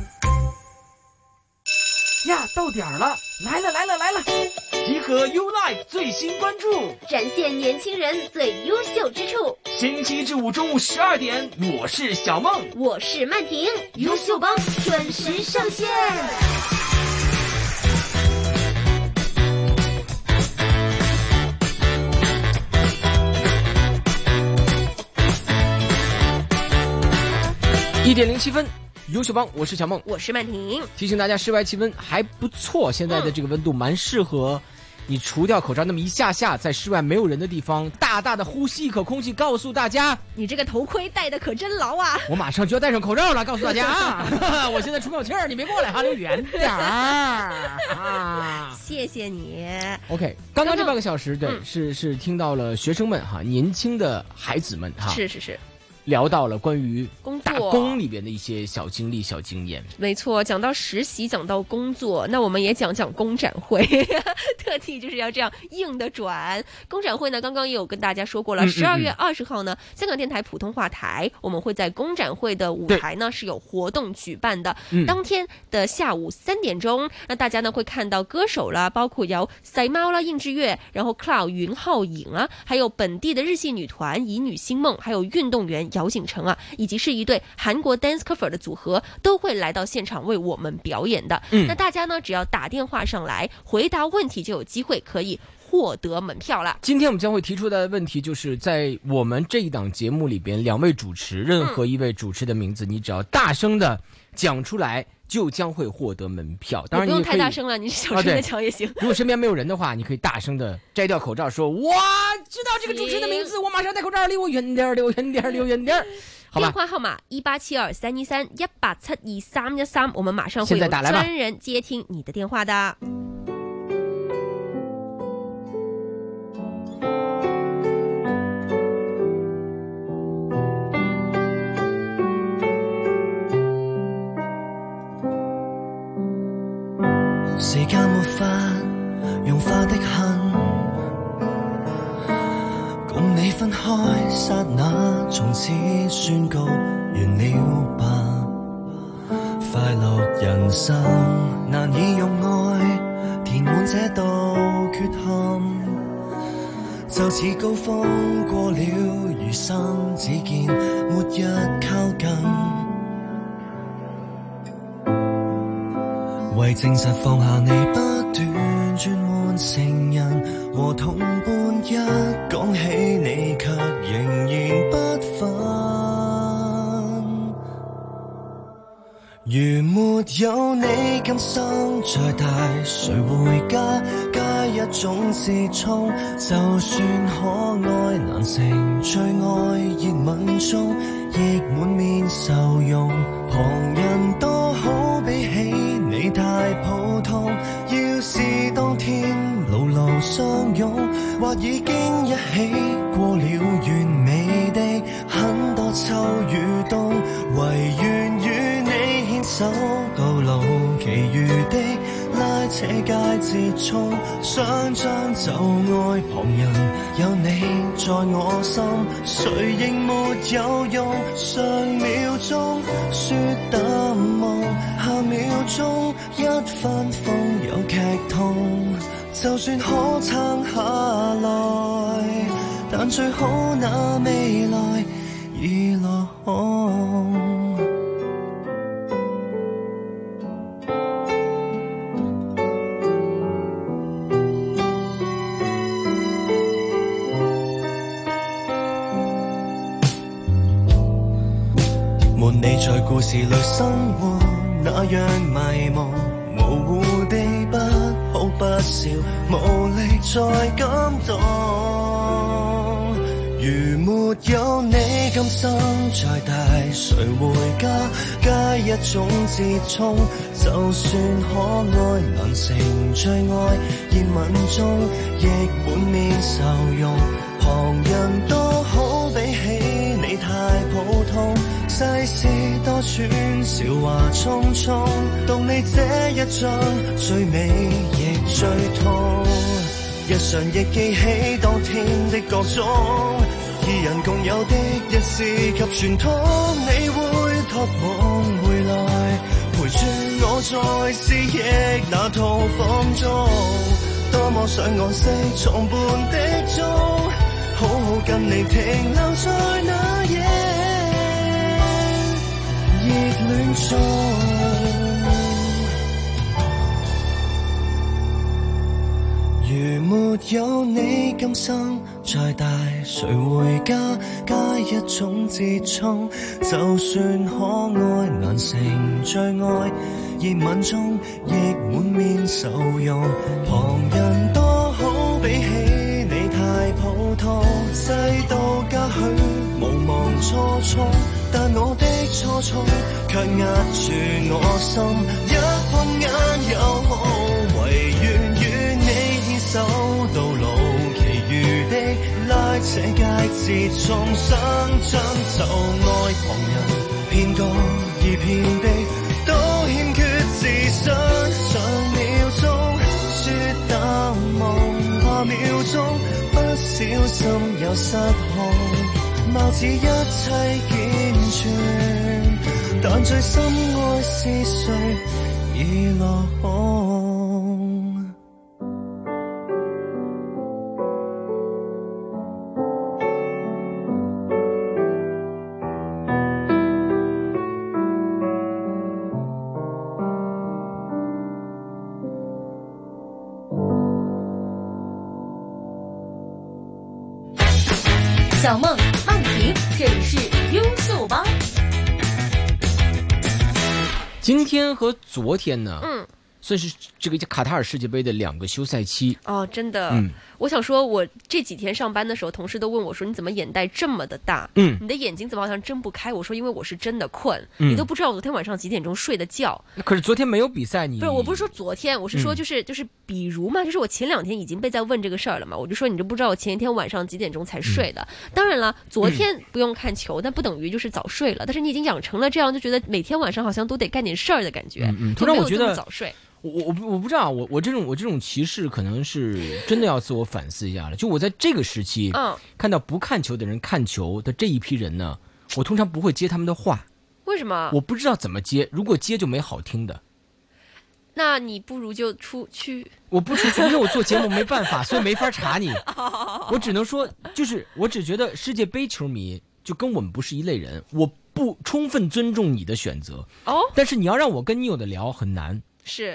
呀，到点了，来了！集合 YouLife 最新关注， 展现年轻人最优秀之处。 星期一至五中午12点，我是小梦， 我是曼婷，优秀帮准时上线。 1点07分，优秀帮，我是小梦， 我是曼婷。 提醒大家，室外气温还不错，现在的这个温度蛮适合你除掉口罩那么一下下，在室外没有人的地方，大大的呼吸一口空气，告诉大家， 你这个头盔戴的可真牢啊！ 我马上就要戴上口罩了，告诉大家啊！我现在出口气儿，你别过来哈，离远点啊！ 谢谢你。 OK， 刚刚这半个小时，对，是听到了学生们哈，年轻的孩子们哈， 是。 聊到了关于打工工里边的一些小经历、小经验。 没错，讲到实习，讲到工作，那我们也讲讲工展会，特地就是要这样硬的转。工展会呢，刚刚也有跟大家说过了，12月20号呢，香港电台普通话台，我们会在工展会的舞台呢是有活动举办的。当天的下午3点钟，那大家呢会看到歌手啦，包括有赛猫啦、应志月，然后 Cloud 云浩颖啊，还有本地的日系女团乙女星梦，还有运动员姚景成啊，以及是一对韩国 dance cover 的组合，都会来到现场为我们表演的。那大家呢，只要打电话上来回答问题，就有机会可以获得门票了。 今天我们将会提出的问题，就是在我们这一档节目里边，2位主持，任何一位主持的名字，你只要大声的讲出来，就将会获得门票。当然你不用太大声了，你小声的讲也行。 如果身边没有人的话，你可以大声的摘掉口罩，说我知道这个主持人的名字，我马上戴口罩，离我远点，离我远点，离我远点。好吧， 电话号码187231318721313，我们马上会有专人接听你的电话的。 時間沒法融化的恨，共你分開剎那，從此宣告完了吧。快樂人生難以用愛填滿這道缺陷，就似高峰過了餘生，只見末日靠近。為證實放下你不斷轉換成人和同伴一講起你卻仍然不忿，如沒有你今生再大誰會加一種自衝，就算可愛難成最愛熱吻中亦滿面愁容，旁人多好比起你太普通，要是當天牢牢相擁，或已經一起過了完美的很多秋與冬，唯願與你牽手到老，其餘的拉扯皆折衷，想將就愛旁人，有你在我心，誰仍沒有用，上秒鐘說淡忘，下秒鐘一分風有劇痛，就算可撐下來，但最好那未來已落空。你在故事裏生活那樣迷茫，模糊地不好不笑，無力再感動，如沒有你今生再大誰會加一種自衝，就算可愛難成最愛熱吻中亦滿面愁容，旁人都好比起你太普通，世事多串笑話匆匆，到你這一張最美亦最痛，日常亦記起當天的各種二人共有的日事及傳統，你會託夢回來陪住我在思憶那套房中，多麼想按時重伴的鐘，好好跟你停留在那夜熱戀中，如沒有你今生再大誰會加一種自衝，就算可愛難成最愛熱吻中亦滿面愁容，旁人多好比起你太普通，世道嘉許無望初衷，但我的初衷卻壓住我心，一碰眼又好，唯願與你牽手到老，其餘的拉扯皆折衷，想將就愛旁人騙過而遍地都欠缺自信，上秒鐘說淡忘，下秒鐘不小心又失控，貌似一切健全，但最深愛是誰已落空。 小梦曼婷，这里是优秀帮。 今天和昨天呢，算是这个卡塔尔世界杯的2个休赛期哦，真的。我想说，我这几天上班的时候，同事都问我说：“你怎么眼袋这么的大？你的眼睛怎么好像睁不开？”我说：“因为我是真的困，你都不知道我昨天晚上几点钟睡的觉。” 可是昨天没有比赛，你不是？我不是说昨天，我是说就是比如嘛，就是我前2天已经被在问这个事儿了嘛，我就说你就不知道我前一天晚上几点钟才睡的。当然了，昨天不用看球，但不等于就是早睡了。但是你已经养成了这样，就觉得每天晚上好像都得干点事儿的感觉， 突然我觉得早睡。 我不知道，我这种歧视可能是真的要自我反思一下了。就我在这个时期，看到不看球的人看球的这一批人呢，我通常不会接他们的话。 为什么？ 我不知道怎么接，如果接就没好听的。 那你不如就出去。 我不出去，因为我做节目没办法，所以没法查你。我只能说，就是我只觉得世界杯球迷就跟我们不是一类人，我不充分尊重你的选择。但是你要让我跟你有的聊很难。 是。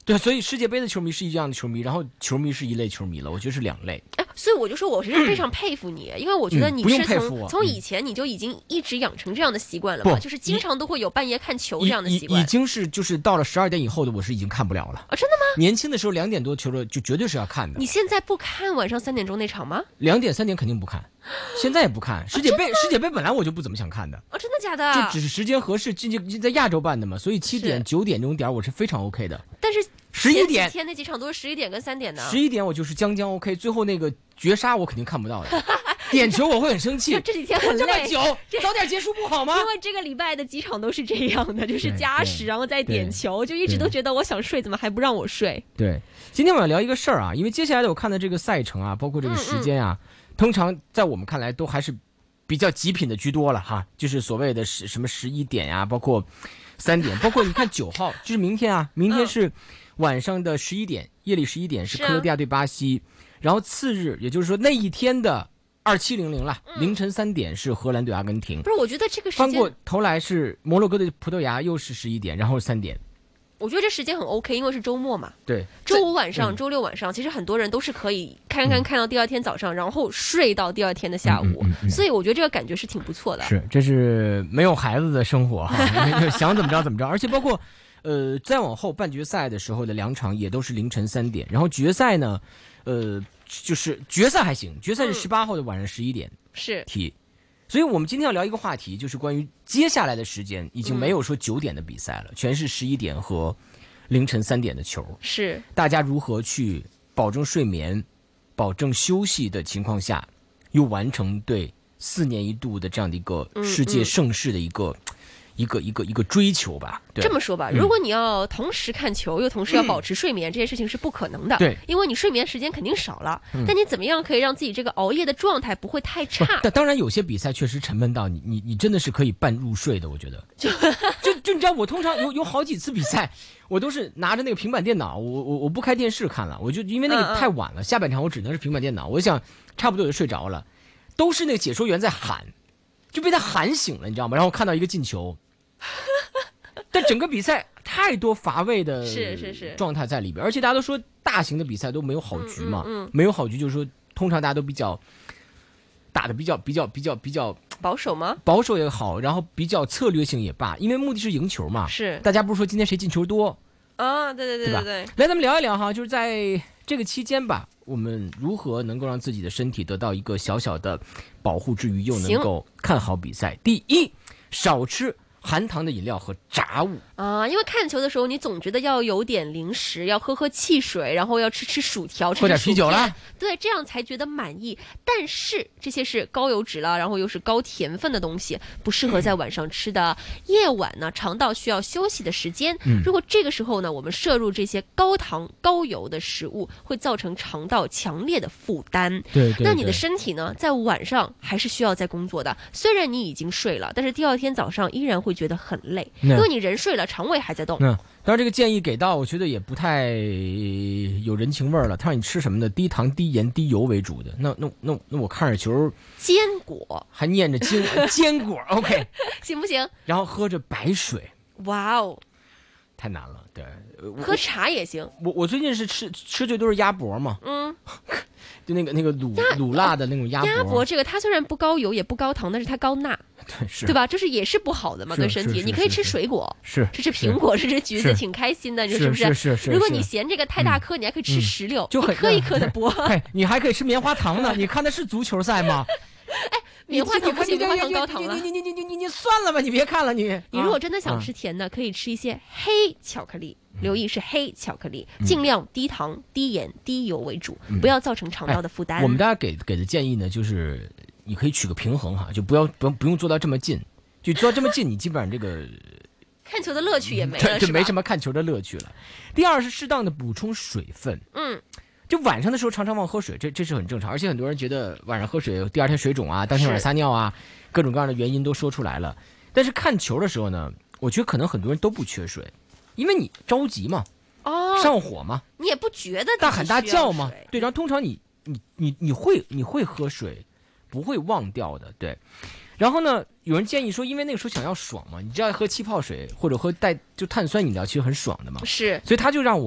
对，所以世界杯的球迷是一样的球迷，然后球迷是一类球迷了，我觉得是2类。 所以我就说我是非常佩服你，因为我觉得你是从以前你就已经一直养成这样的习惯了嘛，就是经常都会有半夜看球这样的习惯。 已经是就是到了12点以后的，我是已经看不了了。 真的吗？ 年轻的时候2点多球了就绝对是要看的。 你现在不看晚上3点钟那场吗 ？2点3点肯定不看，现在也不看。世界杯本来我就不怎么想看的。 真的假的？ 就只是时间合适，在亚洲办的嘛，所以7点9点这种点我是非常 OK 的。 但是 11点前几天那几场都是11点跟3点的。 11点我就是将 OK， 最后那个绝杀我肯定看不到的。点球我会很生气， 这几天很累， 这么久，早点结束不好吗？ 因为这个礼拜的几场都是这样的，就是加时然后再点球，就一直都觉得我想睡，怎么还不让我睡？ 对，今天我要聊一个事儿啊，因为接下来的我看的这个赛程啊，包括这个时间啊，通常在我们看来都还是比较极品的居多了哈，就是所谓的什么11点呀，包括3点，包括你看9号，就是明天啊，明天是晚上的11点，夜里11点是克罗地亚对巴西，然后次日，也就是说那一天的27:00了，凌晨3点是荷兰对阿根廷。 不是，我觉得这个时间翻过头来是摩洛哥对葡萄牙，又是11点，然后3点。 我觉得这时间很 OK， 因为是周末嘛。 对， 周5晚上、周6晚上，其实很多人都是可以看到第二天早上，然后睡到第二天的下午，所以我觉得这个感觉是挺不错的。 是，这是没有孩子的生活哈，想怎么着怎么着，而且包括再往后半决赛的时候的2场也都是凌晨3点，然后决赛呢，就是决赛还行，决赛是18号的晚上11点是踢。所以我们今天要聊一个话题，就是关于接下来的时间已经没有说9点的比赛了，全是11点和凌晨3点的球。 是大家如何去保证睡眠、保证休息的情况下，又完成对4年一度的这样的一个世界盛世的一个追求吧。对， 这么说吧，如果你要同时看球又同时要保持睡眠，这件事情是不可能的。 对， 因为你睡眠时间肯定少了。但你怎么样可以让自己这个熬夜的状态不会太差？ 当然，有些比赛确实沉闷到你真的是可以半入睡的。我觉得，就你知道，我通常有好几次比赛，我都是拿着那个平板电脑，我不开电视看了，我就因为那个太晚了，下半场我只能是平板电脑，我想差不多就睡着了，都是那个解说员在喊，就被他喊醒了，你知道吗？然后看到一个进球。但整个比赛太多乏味的状态在里边，而且大家都说大型的比赛都没有好局嘛，没有好局就是说通常大家都打的比较保守吗？ 保守也好，然后比较策略性也罢，因为目的是赢球嘛。 是， 大家不是说今天谁进球多啊？对吧？ 来，咱们聊一聊哈，就是在这个期间吧，我们如何能够让自己的身体得到一个小小的保护之余，又能够看好比赛。第一，少吃含糖的饮料和炸物啊，因为看球的时候你总觉得要有点零食，要喝汽水，然后要吃薯条， 喝点啤酒啦， 对，这样才觉得满意。但是这些是高油脂了，然后又是高甜分的东西，不适合在晚上吃的。夜晚呢，肠道需要休息的时间，如果这个时候呢，我们摄入这些高糖高油的食物，会造成肠道强烈的负担。 对， 那你的身体呢，在晚上还是需要在工作的。虽然你已经睡了，但是第二天早上依然会觉得很累，因为你人睡了，肠胃还在动。 当然这个建议给到，我觉得也不太有人情味了。他让你吃什么呢？低糖、低盐、低油为主的。那我看着球， 坚果还念着坚果 ，OK， 行不行？ 然后喝着白水， 哇哦， 太难了。对， 喝茶也行。 我最近是吃最多是鸭脖嘛，就那个卤辣的那种鸭脖，这个它虽然不高油也不高糖，但是它高钠，对吧？这是也是不好的嘛，对身体。你可以吃水果，吃苹果，吃橘子，挺开心的，你说是不是？ 是。 如果你嫌这个太大颗，你还可以吃石榴， 就一颗一颗的剥。 你还可以吃棉花糖呢。你看的是足球赛吗？ 哎，棉花糖不行，棉花糖高糖了。 你算了吧，你别看了你。 你如果真的想吃甜的，可以吃一些黑巧克力。留意是黑巧克力，尽量低糖、低盐、低油为主，不要造成肠道的负担。 我们大家给的建议呢，就是你可以取个平衡哈，就不用做到这么近，就做到这么近，你基本上这个看球的乐趣也没了， 就没什么看球的乐趣了。第二是适当的补充水分，就晚上的时候常常忘喝水，这是很正常，而且很多人觉得晚上喝水，第二天水肿啊，当天晚上撒尿啊，各种各样的原因都说出来了。但是看球的时候呢，我觉得可能很多人都不缺水。因为你着急嘛，上火嘛， 你也不觉得大喊大叫嘛，对，然后通常你会喝水，不会忘掉的，对。然后呢，有人建议说，因为那个时候想要爽嘛，你知道喝气泡水或者喝就碳酸饮料其实很爽的嘛， 是， 所以他就让我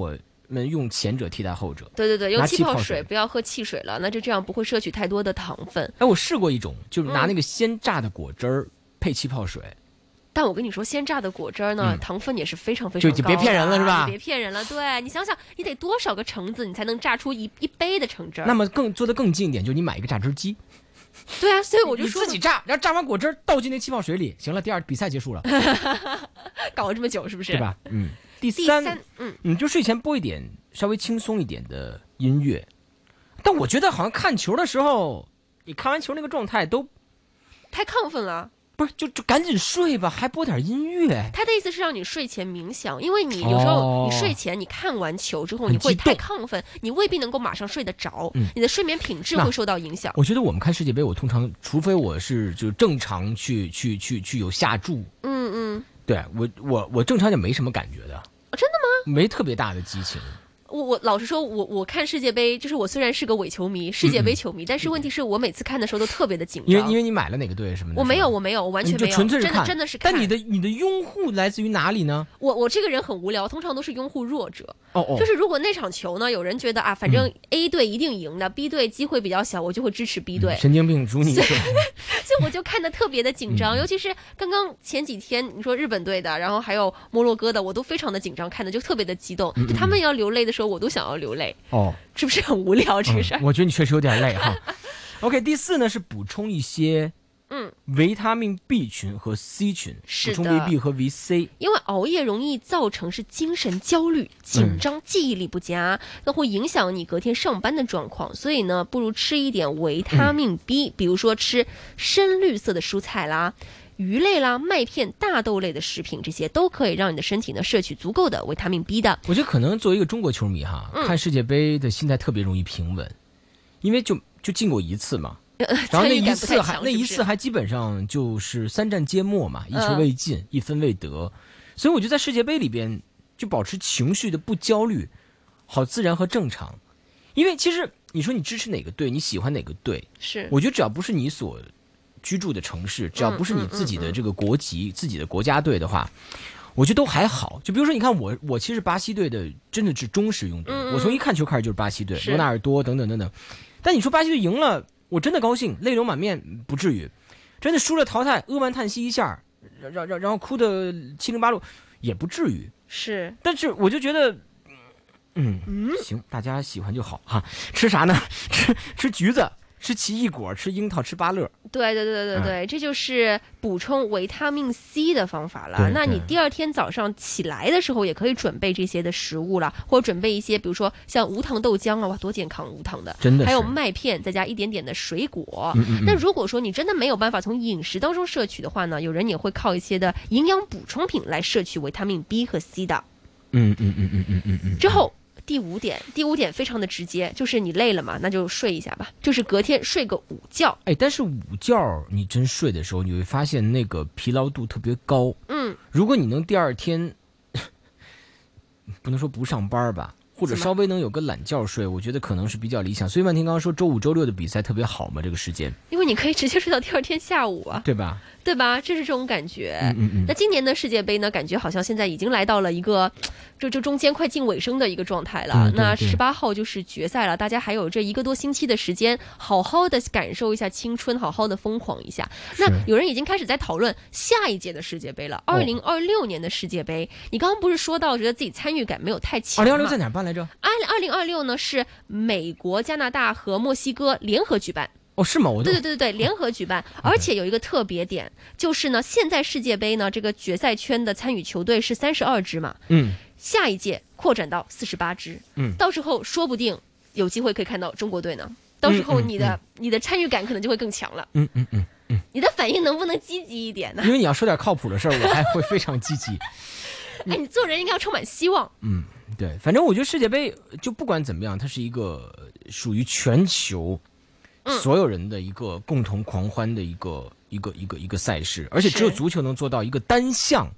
们用前者替代后者。 对对对，用气泡水，不要喝汽水了，那就这样不会摄取太多的糖分。 哎，我试过一种，就是拿那个鲜榨的果汁儿配气泡水。 但我跟你说，鲜榨的果汁儿呢，糖分也是非常非常高的， 就别骗人了是吧？ 别骗人了，对，你想想，你得多少个橙子，你才能榨出一杯的橙汁？ 那么做得更近一点，就是你买一个榨汁机。 对啊，所以我就说你自己榨，然后榨完果汁倒进那气泡水里，行了，比赛结束了。 搞了这么久是不是？ 对吧？第三，就睡前播一点稍微轻松一点的音乐。但我觉得好像看球的时候，你看完球那个状态都太亢奋了。 不是，就赶紧睡吧，还播点音乐。 他的意思是让你睡前冥想，因为你有时候你睡前你看完球之后，你会太亢奋，你未必能够马上睡得着，你的睡眠品质会受到影响。 我觉得我们看世界杯，我通常除非我是就正常去有下注，对我正常也没什么感觉的。 真的吗？ 没特别大的激情。 我老实说，我看世界杯，就是我虽然是个伪球迷，世界杯球迷，但是问题是我每次看的时候都特别的紧张。 因为你买了哪个队什么的？ 我没有，我完全没有， 就纯粹是看， 真的是看。 但你的拥护来自于哪里呢？ 我这个人很无聊，通常都是拥护弱者。就是如果那场球呢，有人觉得啊，反正 A 队一定赢的，B 队机会比较小，我就会支持 B 队。 神经病，如你说。 所以我就看得特别的紧张，尤其是刚刚前几天你说日本队的，然后还有摩洛哥的，我都非常的紧张，看的就特别的激动。就他们要流泪的时候，我都想要流泪。是不是很无聊这个事儿？ 我觉得你确实有点累哈。OK， 第四呢是补充一些维他命 B 群和 C 群，补充 VB 和 VC。 因为熬夜容易造成是精神焦虑、紧张、记忆力不佳，那会影响你隔天上班的状况。所以呢，不如吃一点维他命 B，比如说吃深绿色的蔬菜啦。鱼类啦、麦片、大豆类的食品，这些都可以让你的身体呢摄取足够的维他命 B 的。 我觉得可能作为一个中国球迷哈，看世界杯的心态特别容易平稳，因为就进过一次嘛，然后那一次还基本上就是3战皆没嘛，一球未进，一分未得，所以我觉得在世界杯里边就保持情绪的不焦虑，好自然和正常。因为其实你说你支持哪个队，你喜欢哪个队， 是我觉得只要不是你所居住的城市，只要不是你自己的这个国籍、自己的国家队的话，我觉得都还好。就比如说，你看我其实巴西队的真的是忠实拥趸，我从一看球开始就是巴西队，罗纳尔多等等等等。但你说巴西队赢了，我真的高兴，泪流满面不至于；真的输了淘汰，扼腕叹息一下，然后哭得七零八落也不至于。 是， 但是我就觉得，行，大家喜欢就好哈。吃啥呢？吃橘子。吃奇异果，吃樱桃，吃芭乐。 对，这就是补充维他命 C 的方法了。那你第二天早上起来的时候，也可以准备这些的食物了，或者准备一些，比如说像无糖豆浆啊，哇，多健康，无糖的， 真的。 还有麦片，再加一点点的水果。那如果说你真的没有办法从饮食当中摄取的话呢，有人也会靠一些的营养补充品来摄取维他命 B 和 C 的。之后。第五点非常的直接，就是你累了嘛，那就睡一下吧，就是隔天睡个午觉。 但是午觉你真睡的时候，你会发现那个疲劳度特别高。如果你能第二天不能说不上班吧，或者稍微能有个懒觉睡，我觉得可能是比较理想。所以万婷刚刚说周5、周6的比赛特别好嘛，这个时间， 因为你可以直接睡到第二天下午啊， 对吧？ 这是这种感觉。那今年的世界杯呢，感觉好像现在已经来到了一个这中间快进尾声的一个状态了。那18号就是决赛了，大家还有这1个多星期的时间，好好的感受一下青春，好好的疯狂一下。那有人已经开始在讨论下一届的世界杯了，2026年的世界杯。你刚刚不是说到觉得自己参与感没有太强吗？ 2026在哪办来着 ？2026呢是美国、加拿大和墨西哥联合举办。 是吗？ 对，联合举办，而且有一个特别点，就是呢，现在世界杯呢，这个决赛圈的参与球队是32支嘛，下一届扩展到48支，到时候说不定有机会可以看到中国队呢，到时候你的参与感可能就会更强了，你的反应能不能积极一点呢？ 因为你要说点靠谱的事儿，我还会非常积极。 你做人应该要充满希望。 对，反正我觉得世界杯就不管怎么样，它是一个属于全球。所有人的一个共同狂欢的一个赛事，而且只有足球能做到一个单项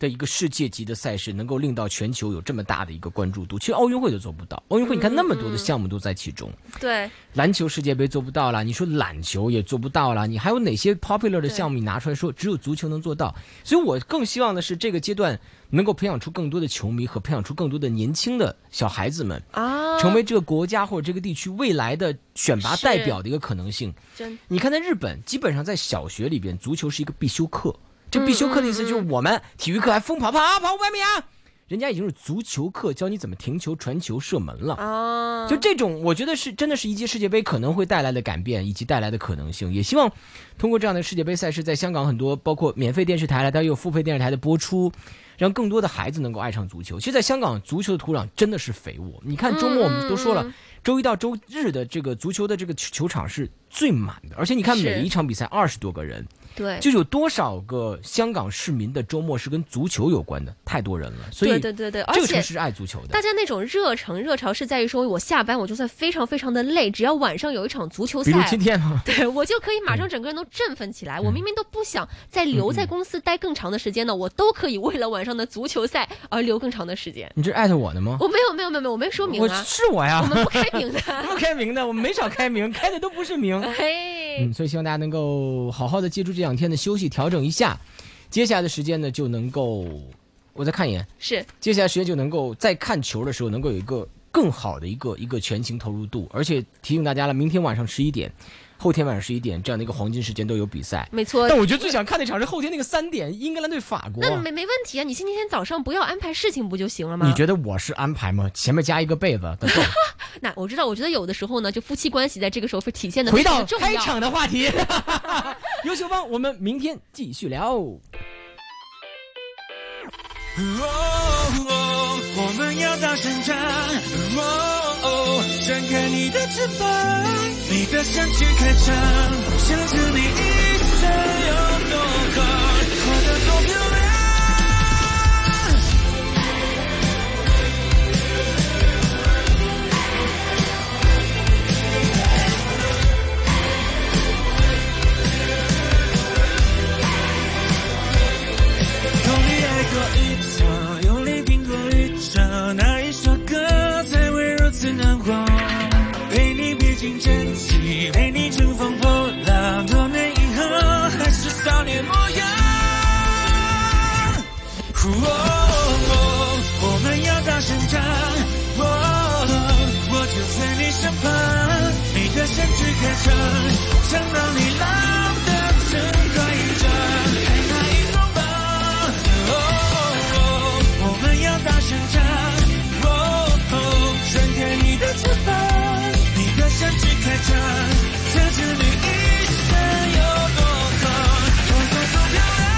的一个世界级的赛事能够令到全球有这么大的一个关注度，其实奥运会都做不到。奥运会你看那么多的项目都在其中， 对， 篮球世界杯做不到了，你说篮球也做不到了，你还有哪些 popular 的项目你拿出来说只有足球能做到？所以我更希望的是这个阶段能够培养出更多的球迷和培养出更多的年轻的小孩子们啊，成为这个国家或者这个地区未来的选拔代表的一个可能性。你看在日本，基本上在小学里边，足球是一个必修课。这必修课的意思就是我们体育课还疯跑500米啊，人家已经是足球课教你怎么停球、传球、射门了啊！就这种，我觉得是真的是一届世界杯可能会带来的改变以及带来的可能性。也希望通过这样的世界杯赛事，在香港很多包括免费电视台了，但又有付费电视台的播出，让更多的孩子能够爱上足球。其实，在香港足球的土壤真的是肥沃。你看周末我们都说了，周一到周日的这个足球的这个球场是最满的，而且你看每一场比赛20多个人。 对， 就有多少个香港市民的周末是跟足球有关的？太多人了，所以对， 这个城市是爱足球的。 大家那种热潮是在于说，我下班我就算非常非常的累，只要晚上有一场足球赛， 比如今天吗？ 对，我就可以马上整个人都振奋起来。我明明都不想再留在公司待更长的时间呢，我都可以为了晚上的足球赛而留更长的时间。 你这艾特我的吗？ 我没有，我没说明啊。 是我呀， 我们不开明的， 不开明的，我们没少开明，开的都不是明。 嘿， 所以希望大家能够好好的借助这2天的休息调整一下，接下来的时间呢就能够，我再看一眼， 是接下来时间就能够在看球的时候能够有一个更好的一个全情投入度，而且提醒大家了，明天晚上11点。后天晚上11点这样的一个黄金时间都有比赛， 没错。 但我觉得最想看的场是后天那个3点英格兰对法国。 那没问题啊，你星期天早上不要安排事情不就行了吗？ 你觉得我是安排吗？前面加一个被子。 那我知道，我觉得有的时候呢，就夫妻关系在这个时候会体现的回到开场的话题，优秀帮，我们明天继续聊。 我们要大声唱，展开你的翅膀，你的身躯开场，想着你一生有多好，活得多漂亮。用力爱过一场，用力拼过一场，哪一首歌才会如此难忘？陪你披荆斩棘，陪你乘风破浪，多年以后还是少年模样。我们要大声唱，我就在你身旁，你的身躯开场，唱到你老得真快一张，还拿一种棒。我们要大声唱，展开你的翅膀，你的身躯开场，测试你一生有多好，多漂亮。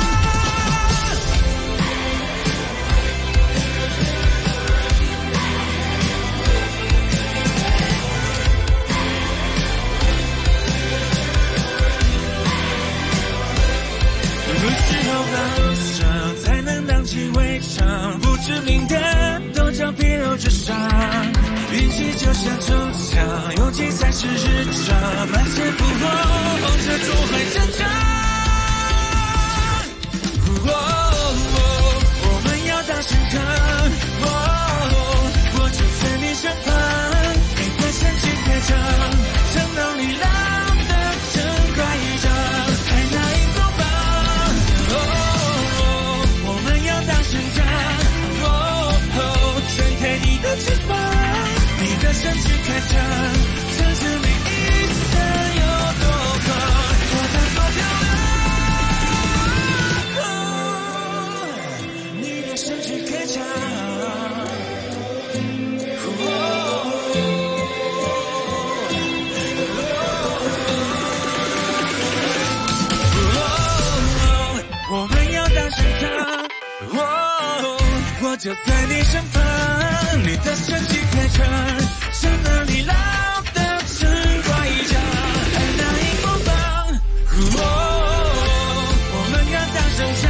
不是后方上才能荡起围场，不知名的都叫皮肉之伤。运气就像抽奖，勇气才是日常，满血复活，这种很正常。我们要大声唱，我就在你身旁，你的身躯开场，唱到你老得真快一张，还拿荧光棒。我们要大声唱，展开你的翅膀，你的身躯开场，测试你一生有多好，活得多漂亮。你的身躯开场，我们要大声唱，我就在你身旁，你的身躯开场，唱到你老得真快一张，还拿荧光棒。我们要大声唱，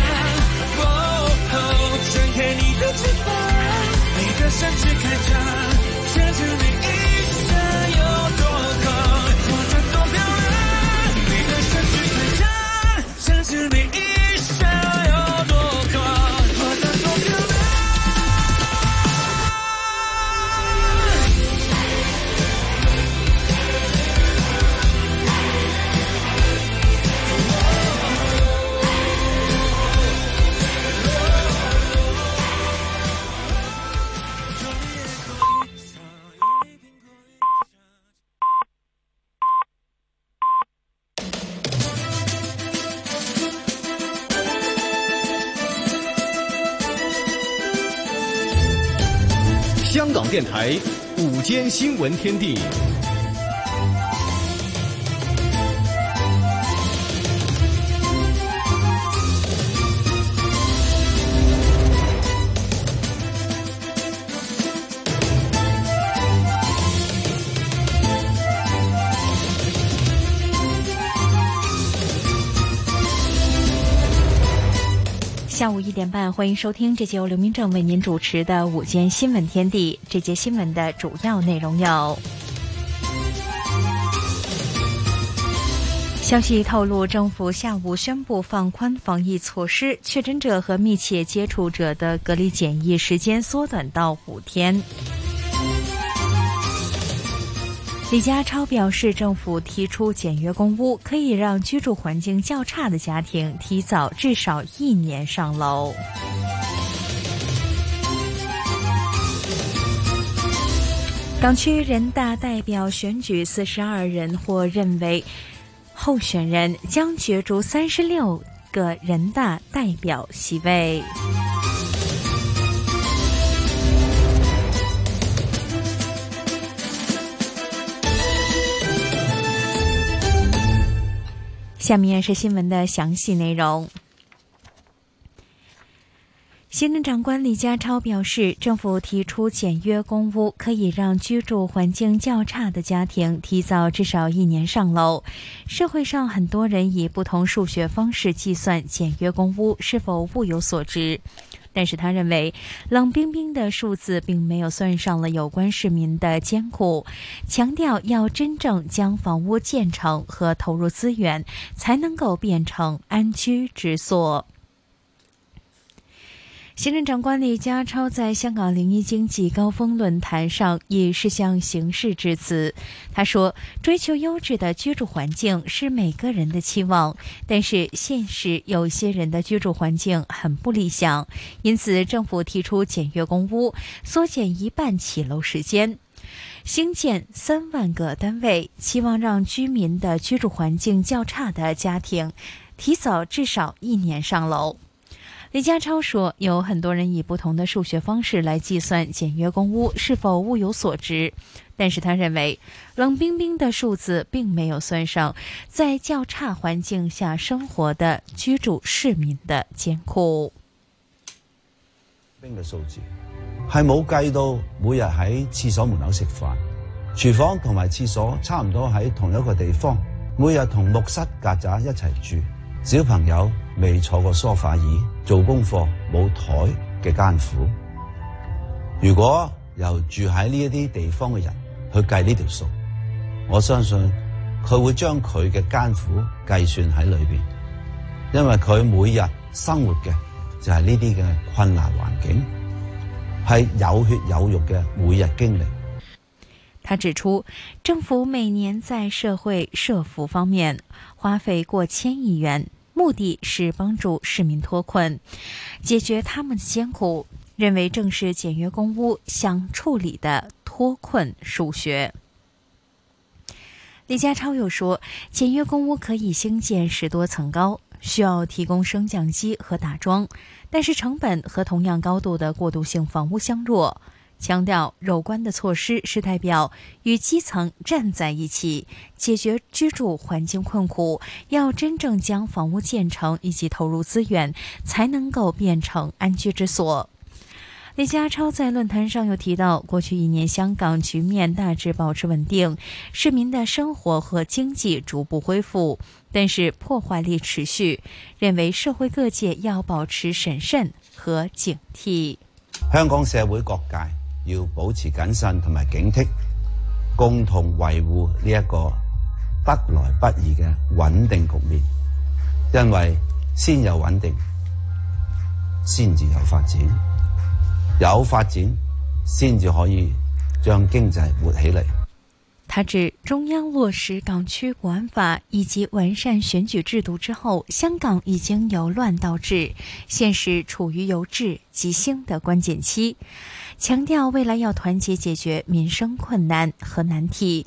展开你的翅膀，你的身躯开场，测试你一生有多好，活得多漂亮。你的身躯开场，测试你一生有多好。 香港电台午间新闻天地。 下午1点半，欢迎收听这节由刘明正为您主持的午间新闻天地。这节新闻的主要内容有：消息透露，政府下午宣布放宽防疫措施，确诊者和密切接触者的隔离检疫时间缩短到5天。李家超表示，政府提出简约公屋，可以让居住环境较差的家庭提早至少1年上楼。港区人大代表选举42人或认为候选人将角逐36个人大代表席位。下面是新闻的详细内容。行政长官李家超表示，政府提出简约公屋，可以让居住环境较差的家庭提早至少1年上楼。社会上很多人以不同数学方式计算简约公屋是否物有所值，但是他认为冷冰冰的数字并没有算上了有关市民的艰苦，强调要真正将房屋建成和投入资源，才能够变成安居之所。行政长官李家超在香港01经济高峰论坛上以10项形式致辞。他说，追求优质的居住环境是每个人的期望，但是现实有些人的居住环境很不理想，因此政府提出简约公屋，缩减1半起楼时间，兴建3万个单位，期望让居民的居住环境较差的家庭提早至少1年上楼。李家超说，有很多人以不同的数学方式来计算简约公屋是否物有所值，但是他认为冷冰冰的数字并没有算上在较差环境下生活的居住市民的艰苦。 冰嘅數字係冇計到每日喺廁所門口食飯，廚房同埋廁所差唔多喺同一個地方，每日同木虱曱甴一齊住，小朋友未坐過梳化椅，做功課冇台嘅艱苦。如果由住喺呢一啲地方嘅人去計呢條數，我相信佢會將佢嘅艱苦計算喺裏邊，因為佢每日生活嘅就係呢啲嘅困難環境，係有血有肉嘅每日經歷。 他指出，政府每年在社會社福方面花費過1000億元，目的是幫助市民脫困，解決他們的艱苦，認為正是簡約公屋想處理的脫困數學。李家超又說，簡約公屋可以興建10多層高，需要提供升降機和打樁，但是成本和同樣高度的過渡性房屋相若，強調有關的措施是代表與基層站在一起，解決居住環境困苦，要真正將房屋建成以及投入資源，才能夠變成安居之所。李家超在論壇上又提到，過去1年香港局面大致保持穩定，市民的生活和經濟逐步恢復，但是破壞力持續，認為社會各界要保持審慎和警惕。 香港社會各界要保持謹慎同埋警惕，共同維護呢一個得來不易嘅穩定局面，因為先有穩定，先至有發展，有發展先至可以將經濟活起嚟。 他指中央落實港區國安法以及完善選舉制度之後，香港已經由亂到治，現時處於由治及興的關鍵期，強調未來要團結解決民生困難和難題。